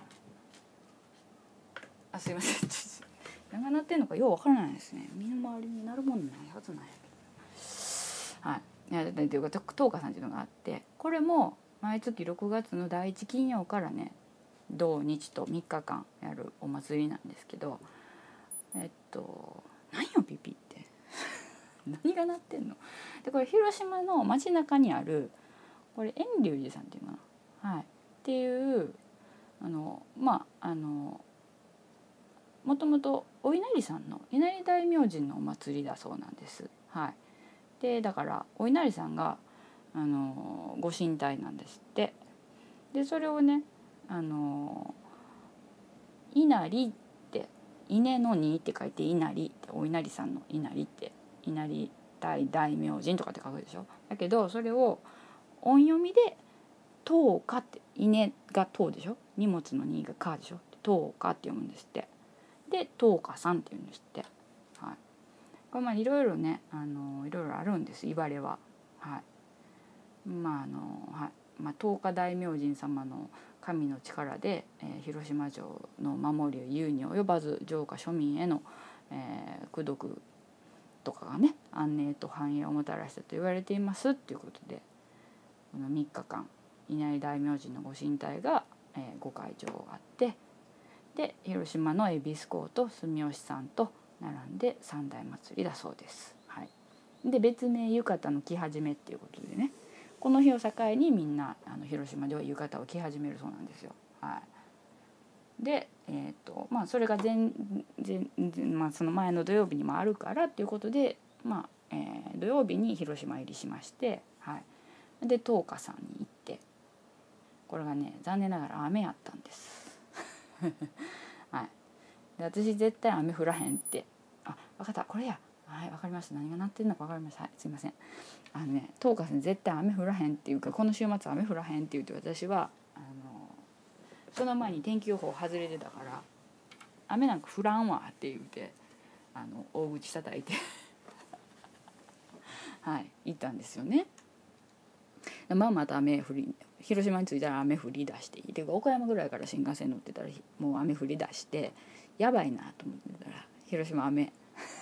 な。あ、すいません何が鳴ってんのかようわからないですね。身の回りになるもんないはずなんやけど、はい。いやというか東花さんっていうのがあって、これも毎月ろくがつのだいいち金曜からね、土日とみっかかんやるお祭りなんですけど、えっと何よピピって何が鳴ってんの。でこれ広島の街中にある、これ遠隆寺さんっていうのかな、はい、っていうあのまああのもともとお稲荷さんの稲荷大明神のお祭りだそうなんです。はい。でだからお稲荷さんがあのご神体なんですって。でそれをね、あの稲荷って稲の荷って書いて稲荷って、お稲荷さんの稲荷って稲荷大大明神とかって書くでしょ。だけどそれを音読みで東花って、稲が東でしょ、荷物の荷がかでしょ、東花って読むんですって。で東花さんって言うんですって。はい。これまあいろいろね、あのいろいろあるんです、言われは。はい。まああのはい。まあ、東花大明神様の神の力で、えー、広島城の守りを言うに及ばず城下庶民への、えー、功徳とかがね、安寧と繁栄をもたらしたと言われていますっていうことで、このみっかかん稲荷大明神のご神体が、えー、ご会場があって、で広島の恵比寿港と住吉さんと並んで三大祭りだそうです。はい。で別名浴衣の着始めっていうことでね、この日を境にみんなあの広島では浴衣を着始めるそうなんですよ。はい。で、えーとまあ、それが前前、まあ、その前の土曜日にもあるからっていうことで、まあえー、土曜日に広島入りしまして、はい、で東花さんに行って、これがね残念ながら雨やったんですはい。で私絶対雨降らへんって、あ分かったこれや、はい分かりました、何が鳴ってるのか分かりました、はいすいません。あのね東花さん絶対雨降らへんっていうか、この週末雨降らへんって言って、私はあのその前に天気予報外れてたから雨なんか降らんわって言ってあの大口叩いてはい行ったんですよね。まあまた雨降り、広島に着いたら雨降り出して、ていうか岡山ぐらいから新幹線乗ってたらもう雨降り出して、やばいなと思ってたら広島雨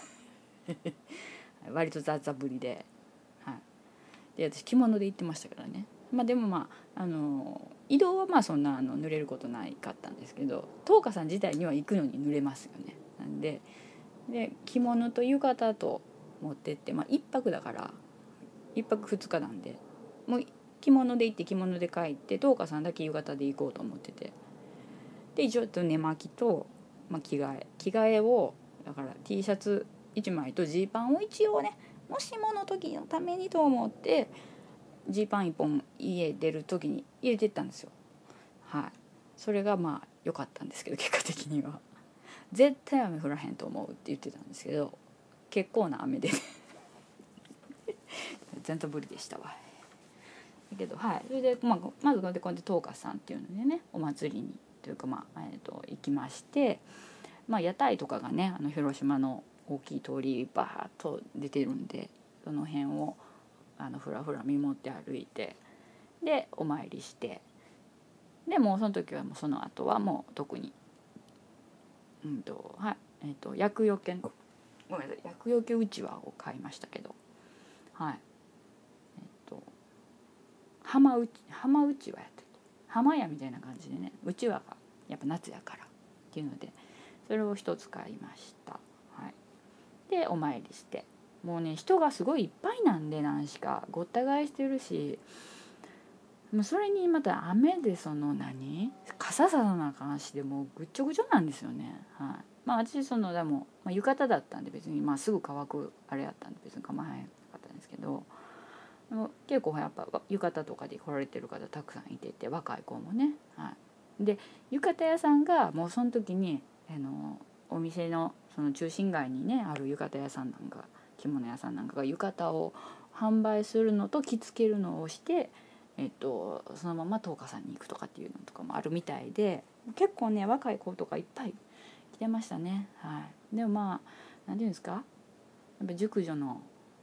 割とザーザー降りで、はい、で私着物で行ってましたからね。まあでもまああの移動はまあそんなあの濡れることないかったんですけど、東花さん自体には行くのに濡れますよね。なんでで着物と浴衣と持ってって、まあいっぱくだからいっぱくふつかなんで、もう着物で行って着物で帰って、東花さんだけ浴衣で行こうと思ってて、で一応寝巻きと、まあ、着替え着替えをだから T シャツいちまいとジーパンを一応ね、もしもの時のためにと思ってジーパンいっぽん家出る時に入れてったんですよ。はい。 それがまあ良かったんですけど、結果的には絶対雨降らへんと思うって言ってたんですけど、結構な雨で全然無理でしたわ。だけど、はい、それで、まあ、まずこうやって東華さんっていうのでね、お祭りにというか、まあえー、と行きまして、まあ、屋台とかがね、あの広島の大きい通りバーッと出てるんで、その辺をあのふらふら見守って歩いて、でお参りして、でもうその時はもうその後はもう特に、うんとはいえー、と厄除けごめんなさい厄除けうちわを買いましたけど、はいえっ、と浜うち浜うちわやったっけ、浜屋みたいな感じでね、うちわがやっぱ夏やからっていうので、それを一つ買いました。はい、でお参りして、もうね人がすごいいっぱいなんで、何しかごった返してるし、もうそれにまた雨で、その何傘ささなあかんしで、もうぐっちょぐちょなんですよね。はい、まあ私そのでも、まあ、浴衣だったんで別に、まあ、すぐ乾くあれやったんで別に構わへんかったんですけど、結構やっぱ浴衣とかで来られてる方たくさんいてて、若い子もね、はい、で浴衣屋さんがもうその時にあのお店のその中心街にねある浴衣屋さんなんか着物屋さんなんかが浴衣を販売するのと着付けるのをして、えっと、そのまま東華さんに行くとかっていうのとかもあるみたいで、結構ね若い子とかいっぱい来てましたね。はい、でもまあ何ていうんですか、やっぱ熟女の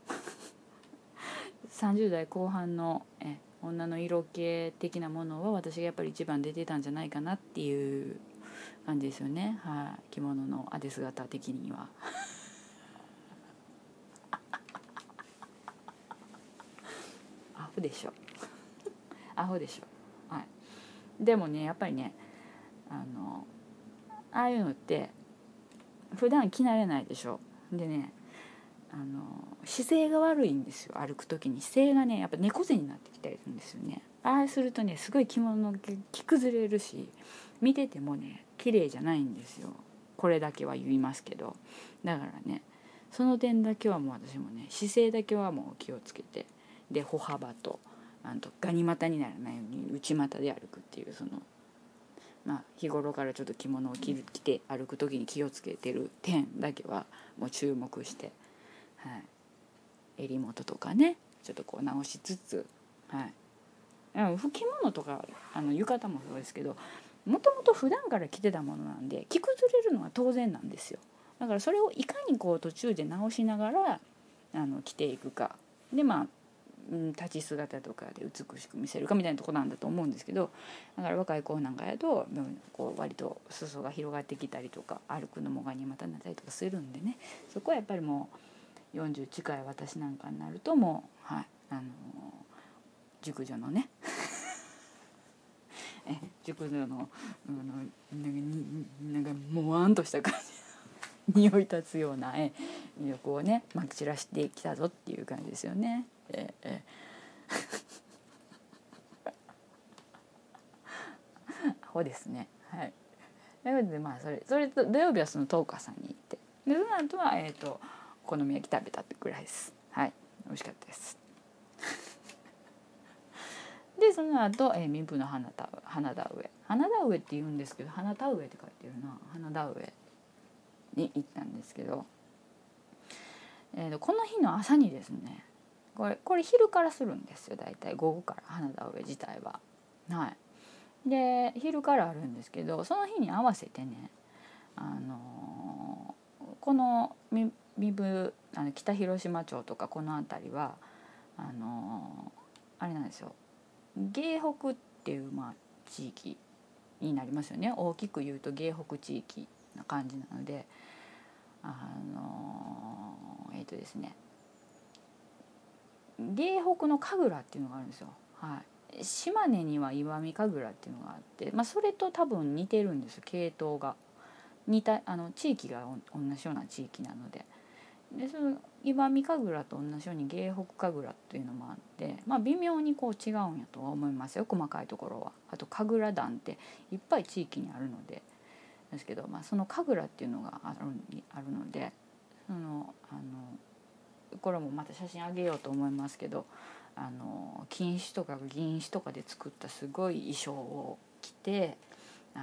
さんじゅう代後半のえ女の色気的なものは私がやっぱり一番出てたんじゃないかなっていう感じですよね。はい、着物のあで姿的にはアホでしょアホでしょ。はい、でもねやっぱりね、あのああいうのって普段着慣れないでしょ。でね、あの姿勢が悪いんですよ。歩く時に姿勢がねやっぱ猫背になってきたりするんですよね。ああするとねすごい着物の着崩れるし、見ててもね綺麗じゃないんですよ。これだけは言いますけど、だからねその点だけはもう私もね姿勢だけはもう気をつけて、で歩幅とあとガニ股にならないように内股で歩くっていう、そのまあ日頃からちょっと着物を着て歩く時に気をつけてる点だけはもう注目して、はい、襟元とかねちょっとこう直しつつ、はい、拭物とかあの浴衣もそうですけど、もともと普段から着てたものなんで着崩れるのは当然なんですよ。だからそれをいかにこう途中で直しながらあの着ていくかで、まあ立ち姿とかで美しく見せるかみたいなとこなんだと思うんですけど、だから若い子なんかやとこう割と裾が広がってきたりとか歩くのもがに股になったりとかするんでね、そこはやっぱりもうよんじゅう近い私なんかになるともう、はい、あの熟女のねえ熟女の、うん、なんかもわんとした感じ匂い立つようなえ魅力をねまき散らしてきたぞっていう感じですよね。ええアホですね。はい。ということでまあそれそれと土曜日はその東華さんに行って、でその後はえっ、ー、とお好み焼き食べたってぐらいです。はい、美味しかったです。でその後、えー、民部の花田花田上花田上って言うんですけど花田上って書いてるな、花田上に行ったんですけど、えー、とこの日の朝にですね、これこれ昼からするんですよ、だいたい午後から花田上自体は。はい、で昼からあるんですけど、その日に合わせてね、あのー、この身分あの北広島町とかこの辺りはあのー、あれなんですよ、芸北っていう、まあ、地域になりますよね。大きく言うと芸北地域な感じなので、あのー、えっ、ー、とですね芸北の神楽っていうのがあるんですよ。はい、島根には石見神楽っていうのがあって、まあ、それと多分似てるんですよ、系統が似たあの地域が同じような地域なので。でその石見神楽と同じように芸北神楽っていうのもあって、まあ、微妙にこう違うんやとは思いますよ、細かいところは。あと神楽団っていっぱい地域にあるのでですけど、まあ、その神楽っていうのがあるあるので、そのあのこれもまた写真あげようと思いますけど、あの金糸とか銀糸とかで作ったすごい衣装を着て、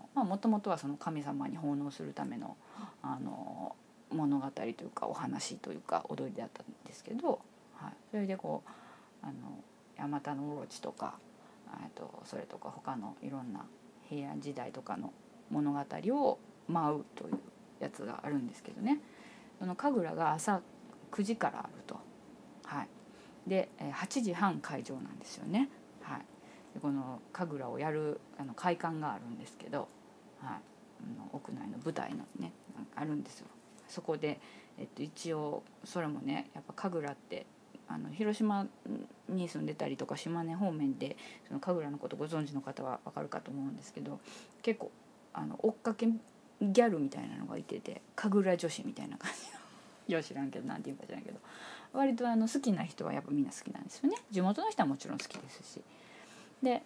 もともとはその神様に奉納するための、あの物語というかお話というか踊りだったんですけど、はい、それでこうあのヤマタノオロチとかとそれとか他のいろんな平安時代とかの物語を舞うというやつがあるんですけどね、その神楽が朝くじからあると、はい、ではちじはん会場なんですよね、はい、でこの神楽をやるあの会館があるんですけど、はい、あの屋内の舞台のねあるんですよ。そこで、えっと、一応それもねやっぱ神楽ってあの広島に住んでたりとか島根方面でその神楽のことご存知の方は分かるかと思うんですけど、結構あの追っかけギャルみたいなのがいてて、神楽女子みたいな感じのよう知らんけどなんていうか知らんけど割とあの好きな人はやっぱみんな好きなんですよね。地元の人はもちろん好きですし、で、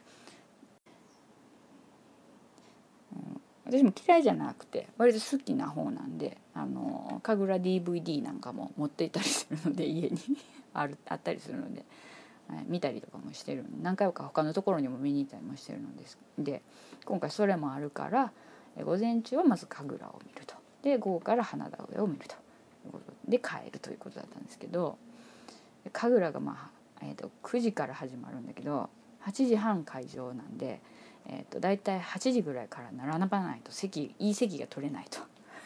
うん、私も嫌いじゃなくて割と好きな方なんで、あの神楽 ディーブイディー なんかも持っていたりするので家にあるあったりするので、はい、見たりとかもしてるので何回か他のところにも見に行ったりもしてるのですで、今回それもあるから午前中はまず神楽を見ると、で午後から花田上を見るということで帰るということだったんですけど、神楽がまあ、えー、とくじから始まるんだけどはちじはん会場なんで、えー、とだいたいはちじぐらいから並ばないと席いい席が取れないと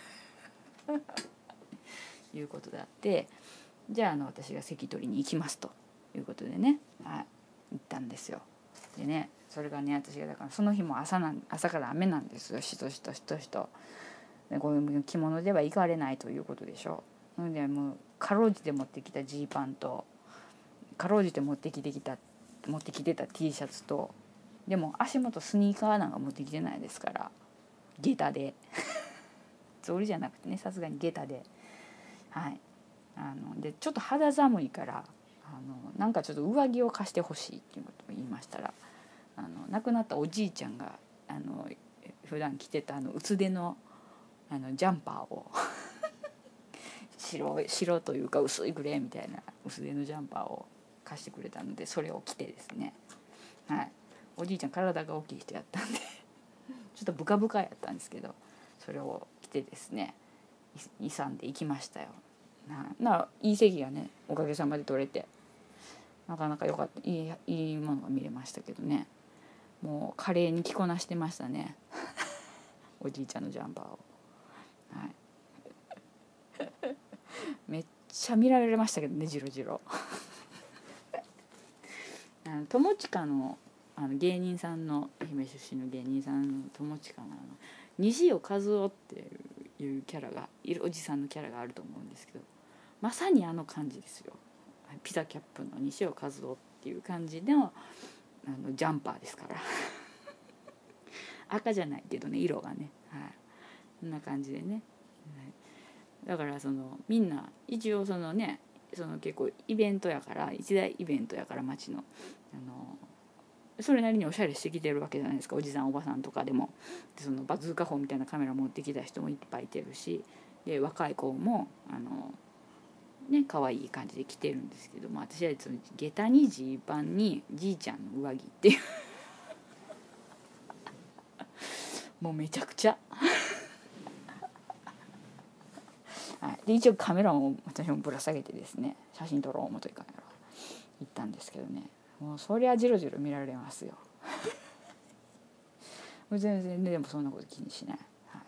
いうことであって、じゃあ、あの私が席取りに行きますということでね、はい、行ったんですよ。でね、それがね私がだからその日も朝なん朝から雨なんですよ、しとしとしとしと。でこういう着物では行かれないということでしょう。なのでもうかろうじて持ってきたジーパンとかろうじて持ってきてきた持ってきてた T シャツと、でも足元スニーカーなんか持ってきてないですから、下駄で草履じゃなくてね、さすがに下駄で、はい、あのでちょっと肌寒いからあのなんかちょっと上着を貸してほしいっていうことを言いましたら、あの亡くなったおじいちゃんがあの普段着てたあの薄手のあのジャンパーを白白というか薄いグレーみたいな薄手のジャンパーを貸してくれたので、それを着てですね、はい、おじいちゃん体が大きい人やったんでちょっとブカブカやったんですけど、それを着てですね勇んで行きましたよ。なないい席がねおかげさまで取れて、なかなか良かった、いいいいものが見れましたけどね、もう華麗に着こなしてましたねおじいちゃんのジャンパーを、はい、めっちゃ見られましたけどね、ジロジロあの友近のあの芸人さんの愛媛出身の芸人さんの友近のあの西尾和夫っていうキャラがいるおじさんのキャラがあると思うんですけど、まさにあの感じですよ。ピザキャップの西尾和夫っていう感じのあのジャンパーですから赤じゃないけどね色がね、はい、こんな感じでね、はい、だからそのみんな一応そのねその結構イベントやから一大イベントやから町のあのそれなりにおしゃれしてきてるわけじゃないですか、おじさんおばさんとかでも。でそのバズーカ砲みたいなカメラ持ってきた人もいっぱいいてるし、で若い子もあのね可愛い感じで着てるんですけども、私はその下駄にジーパンにじいちゃんの上着っていうもうめちゃくちゃはい、で一応カメラも私もぶら下げてですね写真撮ろう思といかんやろ行ったんですけどね、もうそりゃジロジロ見られますよ全然ねでもそんなこと気にしない、はい、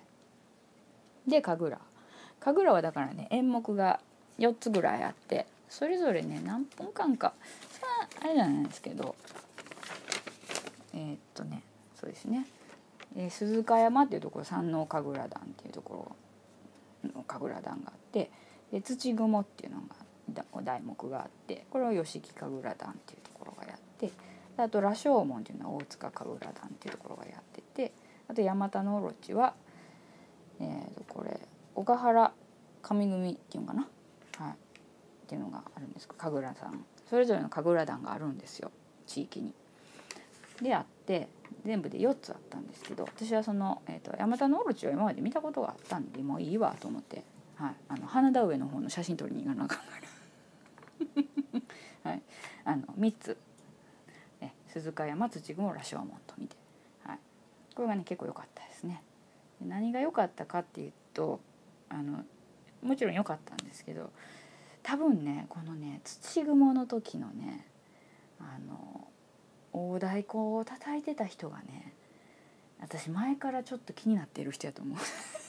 で神楽神楽はだからね演目がよっつぐらいあって、それぞれね何分間かそれはあれじゃないんですけど、えー、っとねそうですね、えー、鈴鹿山っていうところ山王神楽団っていうところの神楽団があって、で土雲っていうのが題目があって、これは吉木神楽団っていうところがやって、あと羅生門っていうのは大塚神楽団っていうところがやってて、あと山田のオロチは、えー、とこれ小ヶ原神組っていうのかな、はい、っていうのがあるんです。神楽さんそれぞれの神楽団があるんですよ地域に。であって全部でよっつあったんですけど、私はその、えー、と山田のオロチを今まで見たことがあったんでもういいわと思って、はい、あの花田上の方の写真撮りに行かなあかんからはい、あのみっつ、ね、鈴鹿山土雲羅生門と見て、はい、これがね結構良かったです。 ですね。で何が良かったかっていうと、あのもちろん良かったんですけど、多分ねこのね土蜘の時のねあの大太鼓を叩いてた人がね、私前からちょっと気になっている人やと思う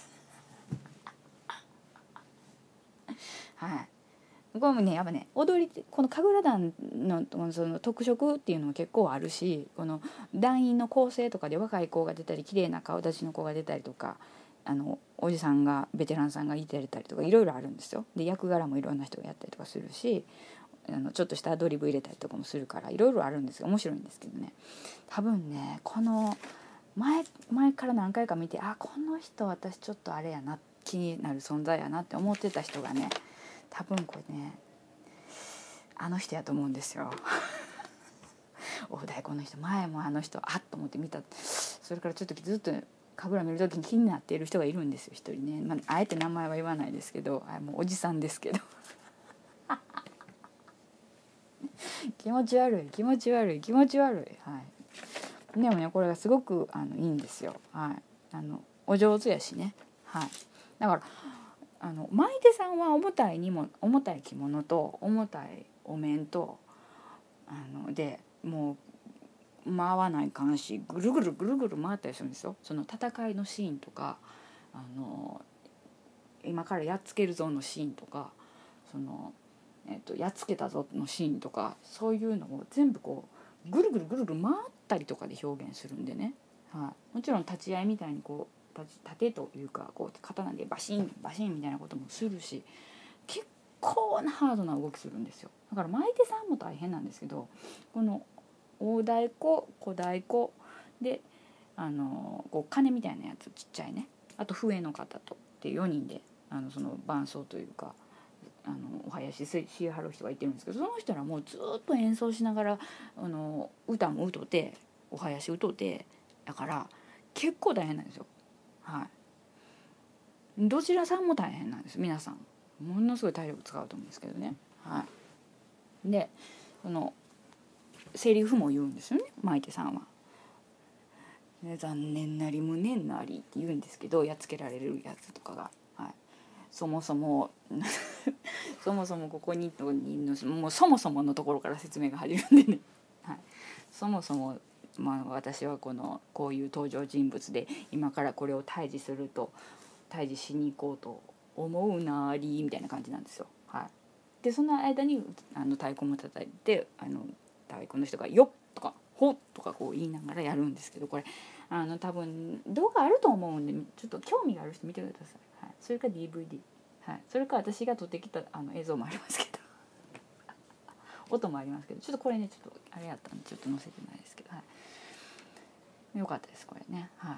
はい、これもねやっぱね踊りってこの神楽団のその特色っていうのも結構あるし、この団員の構成とかで若い子が出たり綺麗な顔立ちの子が出たりとか、あのおじさんがベテランさんがいてたりとかいろいろあるんですよ。で役柄もいろんな人がやったりとかするし、あのちょっとしたアドリブ入れたりとかもするからいろいろあるんですが面白いんですけどね、多分ねこの前前から何回か見て、あこの人私ちょっとあれやな気になる存在やなって思ってた人がね、多分これねあの人やと思うんですよ大太鼓の人、前もあの人あっと思って見た。それからちょっとずっと神楽見る時に気になっている人がいるんですよ一人ね、まあ、あえて名前は言わないですけど、あもうおじさんですけど気持ち悪い気持ち悪い気持ち悪い、はい、でもねこれがすごくあのいいんですよ、はい、あのお上手やしね、はい、だからあの舞手さんは重たいにも重たい着物と重たいお面とあのでもう回わないかんし、ぐるぐるぐるぐる回ったりするんですよ。その戦いのシーンとか、あの今からやっつけるぞのシーンとか、その、えっと、やっつけたぞのシーンとか、そういうのを全部こうぐるぐるぐるぐる回ったりとかで表現するんでね、はい、もちろん立ち合いみたいにこう立てというかこう刀でバシンバシンみたいなこともするし、結構なハードな動きするんですよ。だから舞手さんも大変なんですけど、この大太鼓小太鼓であのこう鐘みたいなやつちっちゃいね、あと笛の方とでよにんであのその伴奏というかあのお囃子しはる人がいてるんですけど、その人らもうずっと演奏しながらあの歌も歌ってお囃子歌ってだから結構大変なんですよ。はい、どちらさんも大変なんです。皆さんものすごい体力使うと思うんですけどね。はい、でそのセリフも言うんですよね舞手さんは。ね、残念なり無念なりって言うんですけど、やっつけられるやつとかが、はい、そもそもそもそもここにのもうそもそものところから説明が始まるんでね、はい、そもそも、まあ、私はこのこういう登場人物で今からこれを退治すると退治しに行こうと思うなりみたいな感じなんですよ。はい、でその間にあの太鼓も叩いてあの太鼓の人が「よっ!」とか「ほっ!」とかこう言いながらやるんですけど、これあの多分動画あると思うんでちょっと興味がある人見てください。はい、それか ディーブイディー、はい、それか私が撮ってきたあの映像もありますけど音もありますけど、ちょっとこれねちょっとあれやったんでちょっと載せてないですけど、はい、よかったですこれね。はい、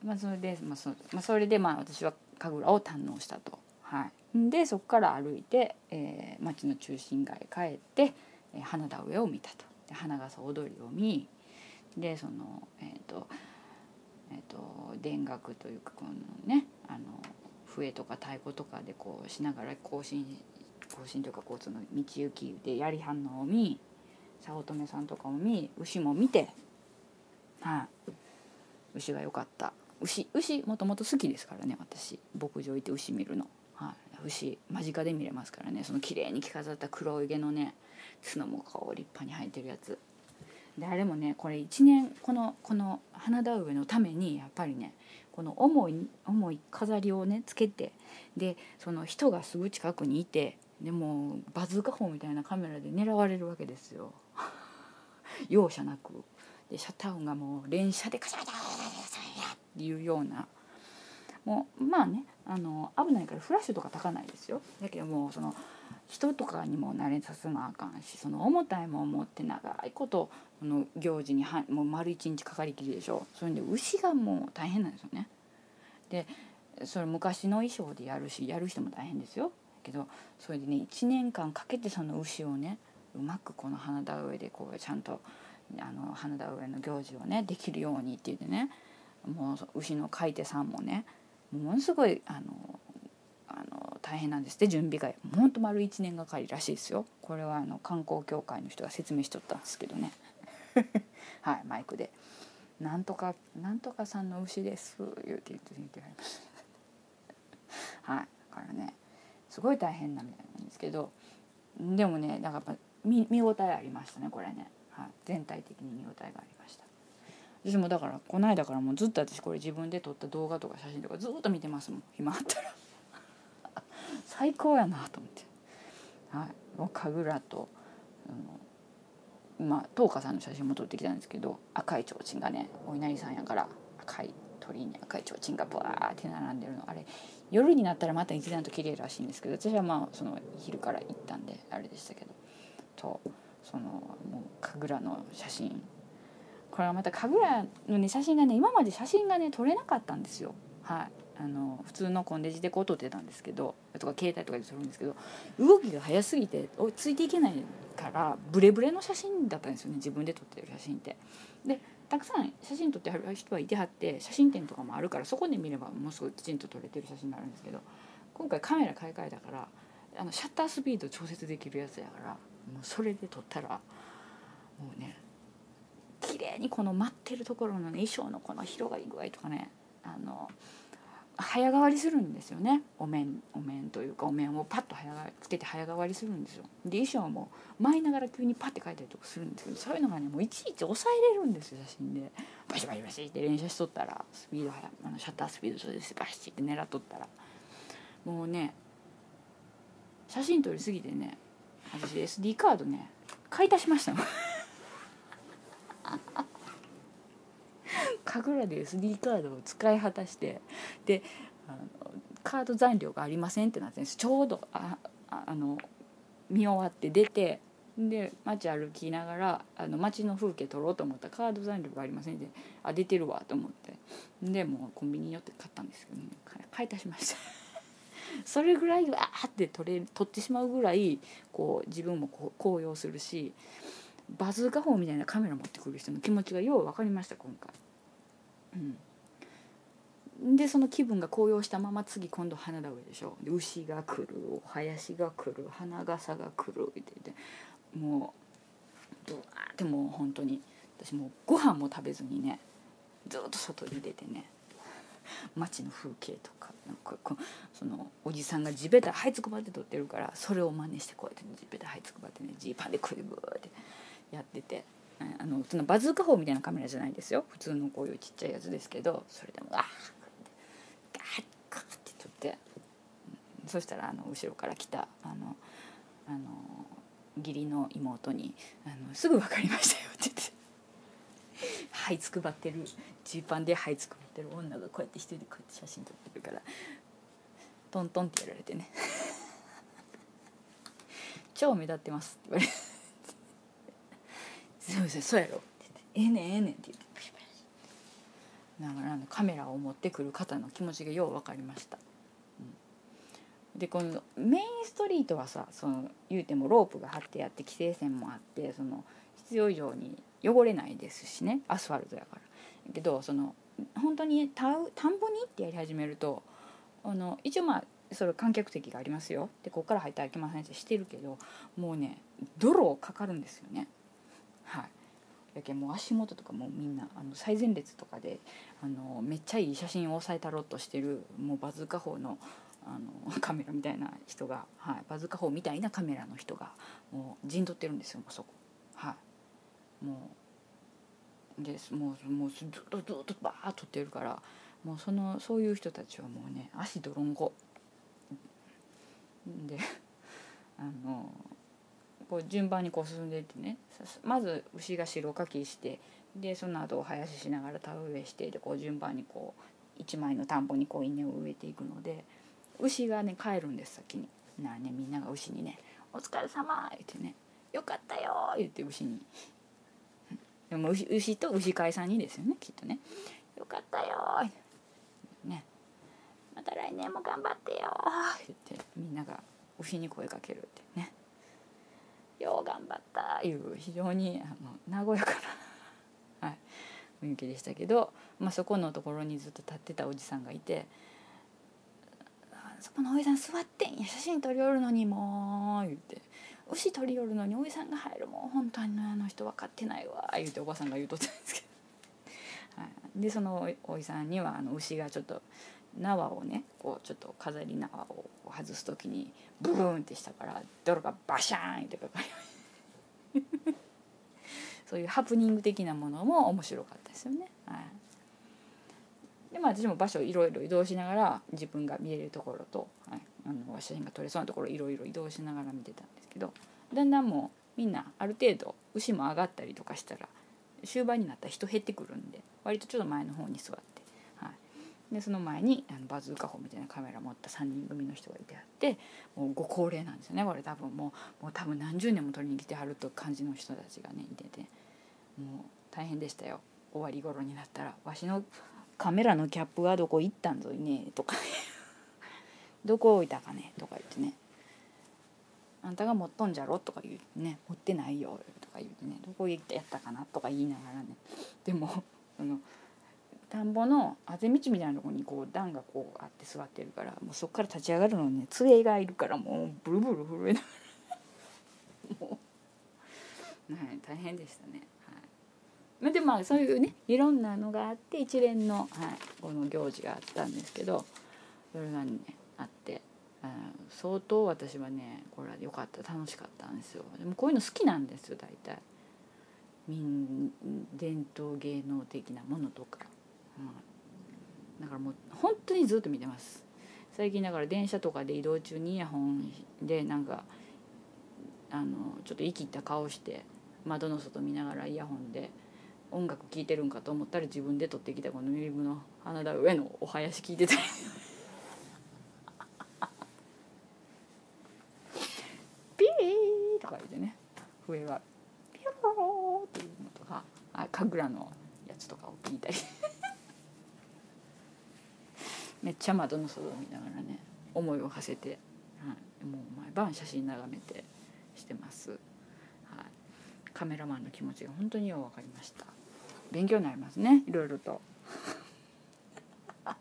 まあ、それで、まあ そ, まあ、それでまあ私は神楽を堪能したと。はい、でそこから歩いて、えー、町の中心街へ帰って、えー、花田植えを見たと。で花笠踊りを見でそのえっ、ー、とえっ、ー、と田楽というかこのねあの笛とか太鼓とかでこうしながら行進行進というかこうその道行きでやり反応を見早乙女さんとかを見牛も見て、はい、牛が良かった。牛牛もともと好きですからね私牧場行って牛見るの、はい、牛間近で見れますからね。その綺麗に着飾った黒い毛のね角もこう立派に生えてるやつで、あれもねこれいちねんこのこの花田植えのためにやっぱりねこの重い重い飾りをねつけて、でその人がすぐ近くにいて、でもバズーカ砲みたいなカメラで狙われるわけですよ容赦なく。でシャッター音がもう連射でカシャカシャカシャっていうような、もうまあねあの危ないからフラッシュとか焚かないですよ。だけどもうその人とかにも慣れさせなあかんし、その重たいもん持って長いことこの行事にはもう丸一日かかりきりでしょ。それで牛がもう大変なんですよね。でそれ昔の衣装でやるしやる人も大変ですよ。けどそれでねいちねんかんかけてその牛をねうまくこの花田植えでこうちゃんとあの花田植えの行事をねできるようにって言ってね、もう牛の飼い手さんもねものすごいあのあの大変なんですって準備がほんと丸いちねんがかりらしいですよ。これはあの観光協会の人が説明しとったんですけどねはいマイクで。 なんとかなんとかさんの牛です言うて言って言ってはりましたはいだからねすごい大変なみたいなんですけど、でもねだからやっぱ 見, 見応えありましたねこれね、はい、全体的に見応えがありました。私もだからこの間からもうずっと私これ自分で撮った動画とか写真とかずっと見てますもん暇あったら最高やなと思って、はい、もう神楽とあのまあ東花さんの写真も撮ってきたんですけど、赤い提灯がねお稲荷さんやから赤い鳥居に赤い提灯がバーって並んでるの、あれ夜になったらまた一段と綺麗らしいんですけど、私はまあその昼から行ったんであれでしたけど、とそのもう神楽の写真、これはまた神楽の、ね、写真がね今まで写真がね撮れなかったんですよ。はい、あの普通のコンデジでこう撮ってたんですけどとか携帯とかで撮るんですけど、動きが速すぎて追いついていけないからブレブレの写真だったんですよね、自分で撮ってる写真って。でたくさん写真撮ってはる人はいてはって写真展とかもあるからそこで見ればもうすごいきちんと撮れてる写真になるんですけど、今回カメラ買い替えたからあのシャッタースピード調節できるやつやからもうそれで撮ったらもうね綺麗にこの待ってるところの、ね、衣装のこの広がり具合とかね、あの早変わりするんですよね。お面お面というかお面をパッと早つけて早変わりするんですよ。で衣装も舞いながら急にパッて描いたりとかするんですけど、そういうのがねもういちいち抑えれるんですよ写真で。バシバシバシって連写しとったらスピード早あのシャッタースピードそうですバシって狙っとったらもうね写真撮りすぎてね私 エスディー カードね買い足しましたもん神楽で エスディー カードを使い果たしてであのカード残量がありませんってなってんです。ちょうどあああの見終わって出てで街歩きながらあの街の風景撮ろうと思ったらカード残量がありませんで、あ出てるわと思ってでもうコンビニに寄って買ったんですけどね、買い足しましたそれぐらいわーって撮れ撮ってしまうぐらいこう自分もこう高揚するし、バズーカ砲みたいなカメラ持ってくる人の気持ちがよう分かりました今回。うん、でその気分が高揚したまま次今度花田上でしょ、で牛が来るお囃子が来る花笠が来るって言ってもうドワーってもう本当に私もうご飯も食べずにねずっと外に出てね街の風景とかなんかこうそのおじさんが地べた這いつくばって撮ってるからそれを真似してこうやって地べた這いつくばってねジーパンでこうやってグーってやってて、あのそのバズーカ砲みたいなカメラじゃないですよ、普通のこういうちっちゃいやつですけど、それでもあーガーッガーッって撮って、そしたらあの後ろから来たあのあの義理の妹にあの「すぐ分かりましたよ」って言って這いつくばってるジーパンで這いつくばってる女がこうやって一人でこうやって写真撮ってるからトントンってやられてね超目立ってますって言われてすいませんそうやろって言ってええねんええねんって言ってパシパシだからカメラを持ってくる方の気持ちがよう分かりました。でこのメインストリートはさその言うてもロープが張ってあって規制線もあってその必要以上に汚れないですしね、アスファルトやから。けどその本当に田んぼに行ってやり始めるとあの一応まあそれ観客席がありますよでここから入ってはいけませんってしてるけどもうね泥かかるんですよね。はいやけんもう足元とかもみんなあの最前列とかであのめっちゃいい写真を押さえたろうとしてるもうバズーカ砲のあのカメラみたいな人が、はい、バズーカ砲みたいなカメラの人がもう陣取ってるんですよもうそこ。はいもうでもうもうずっとずっとバーッと撮ってるからもうそのそういう人たちはもうね足泥んこであのこう順番にこう進んでいってねまず牛が白かきしてでその後お囃子しながら田植えしてでこう順番にこう一枚の田んぼにこう稲を植えていくので牛がね帰るんです先に。なあねみんなが牛にね「お疲れ様」言ってね「よかったよ」言って牛にでも 牛, 牛と牛飼いさんにですよねきっとね「よかったよ」ね「また来年も頑張ってよ」言ってみんなが牛に声かけるってねよう頑張ったいう非常にあの和やかな、はい、雰囲気でしたけど、まあ、そこのところにずっと立ってたおじさんがいて「そこのおじさん座ってんや写真撮り寄るのにもう」言って「牛撮り寄るのにおじさんが入るもん本当にあの人分かってないわ」言うておばさんが言うとったんですけど、 はい、でそのおいさんにはあの牛がちょっと縄をねこうちょっと飾り縄を外す時にブーンってしたから泥がバシャーンってかかりそういうハプニング的なものも面白かったですよね。はい、でまあ私も場所いろいろ移動しながら自分が見えるところと、はい、あの写真が撮れそうなところいろいろ移動しながら見てたんですけど、だんだんもうみんなある程度牛も上がったりとかしたら終盤になったら人減ってくるんで割とちょっと前の方に座って、はい、でその前にあのバズーカ砲みたいなカメラ持ったさんにん組の人がいてあって、もうご高齢なんですよねこれ多分もうもう多分何十年も撮りに来てはると感じの人たちがねいてて、もう大変でしたよ。終わり頃になったらわしのカメラのキャップはどこ行ったんぞいねとかどこ置いたかねとか言ってね、あんたが持っとんじゃろとか言うね、持ってないよとか言うてね、どこ行ってやったかなとか言いながらね、でもその田んぼのあぜ道みたいなところにこう段がこうあって座ってるから、もうそこから立ち上がるのにね杖がいるからもうブルブル震えながらもう、はい、大変でしたね。はい、でまあそういうねいろんなのがあって一連の、はい、この行事があったんですけど、それがねあって、相当私はねこれは良かった、楽しかったんですよ。でもこういうの好きなんですよ大体。民伝統芸能的なものとか、うん、だからもう本当にずっと見てます。最近だから電車とかで移動中にイヤホンでなんかあのちょっと生きった顔して窓の外見ながらイヤホンで音楽聴いてるんかと思ったら自分で撮ってきたこのミリムの花田上のお囃子聴いてたりピーとか言ってね、笛がピョローっていうのとか、あ神楽のやつとかを聞いたりめっちゃ窓の外を見ながらね思いを馳せて、はい、もう毎晩写真眺めてしてます。はい、カメラマンの気持ちが本当によく分かりました。勉強になりますねいろいろと。はい、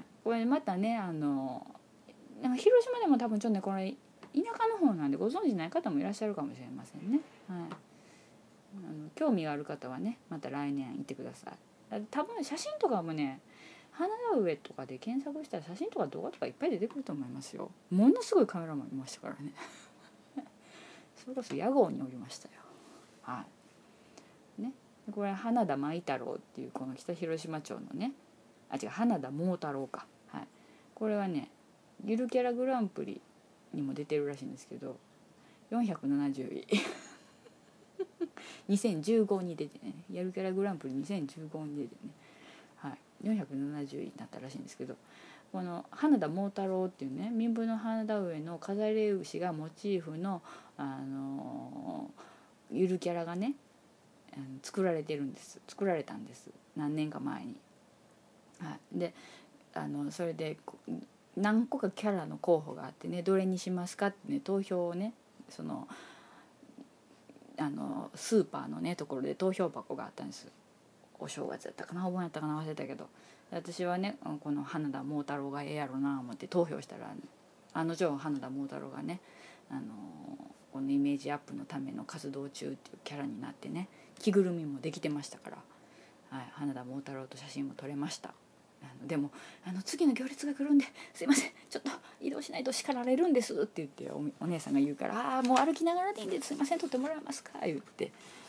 これまたねあのなんか広島でも多分ちょっとねこれ田舎の方なんでご存知ない方もいらっしゃるかもしれませんね。はい、あの興味がある方はねまた来年行ってください。多分写真とかもね花田上とかで検索したら写真とか動画とかいっぱい出てくると思いますよ。ものすごいカメラマンいましたからねそれこそ屋号におりましたよ。はいね、これ花田舞太郎っていうこの北広島町のね、あ違う花田桃太郎か、はい、これはねゆるキャラグランプリにも出てるらしいんですけどよんひゃくななじゅういにせんじゅうごに出てね、ゆるキャラグランプリにせんじゅうごに出てね、はい、よんひゃくななじゅういになったらしいんですけど、この花田桃太郎っていうね民部の花田上の飾り牛がモチーフの、あのー、ゆるキャラがね作られてるんです作られたんです何年か前に。はい、であのそれで何個かキャラの候補があってね、どれにしますかってね投票をねそのあのスーパーのねところで投票箱があったんです。お正月だったかなお盆やったかな忘れたけど、私はねこの花田桃太郎がええやろな思って投票したら、あの女花田桃太郎がねあのこのイメージアップのための活動中っていうキャラになってね、着ぐるみもできてましたから、はい、花田桃太郎と写真も撮れました。あのでもあの次の行列が来るんですいませんちょっと移動しないと叱られるんですって言って お, お姉さんが言うから「ああもう歩きながらでいいんですいません撮ってもらえますか」言って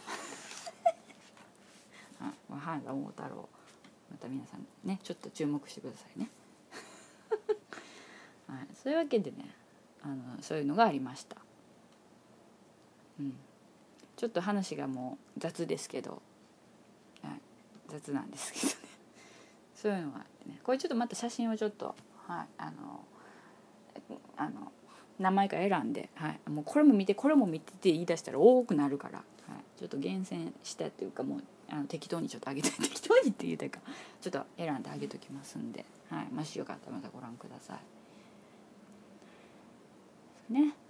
あ花田桃太郎また皆さんねちょっと注目してくださいね、はい、そういうわけでねあのそういうのがありました。うん、ちょっと話がもう雑ですけど、はい、雑なんですけどねそういうのがあってね、これちょっとまた写真をちょっと、はい、あのあの何枚か選んで、はい、もうこれも見てこれも見てって言い出したら多くなるから、はい、ちょっと厳選したっていうかもうあの適当にちょっとあげて適当にって言うたかちょっと選んであげときますんで、はい、もしよかったらまたご覧くださいね。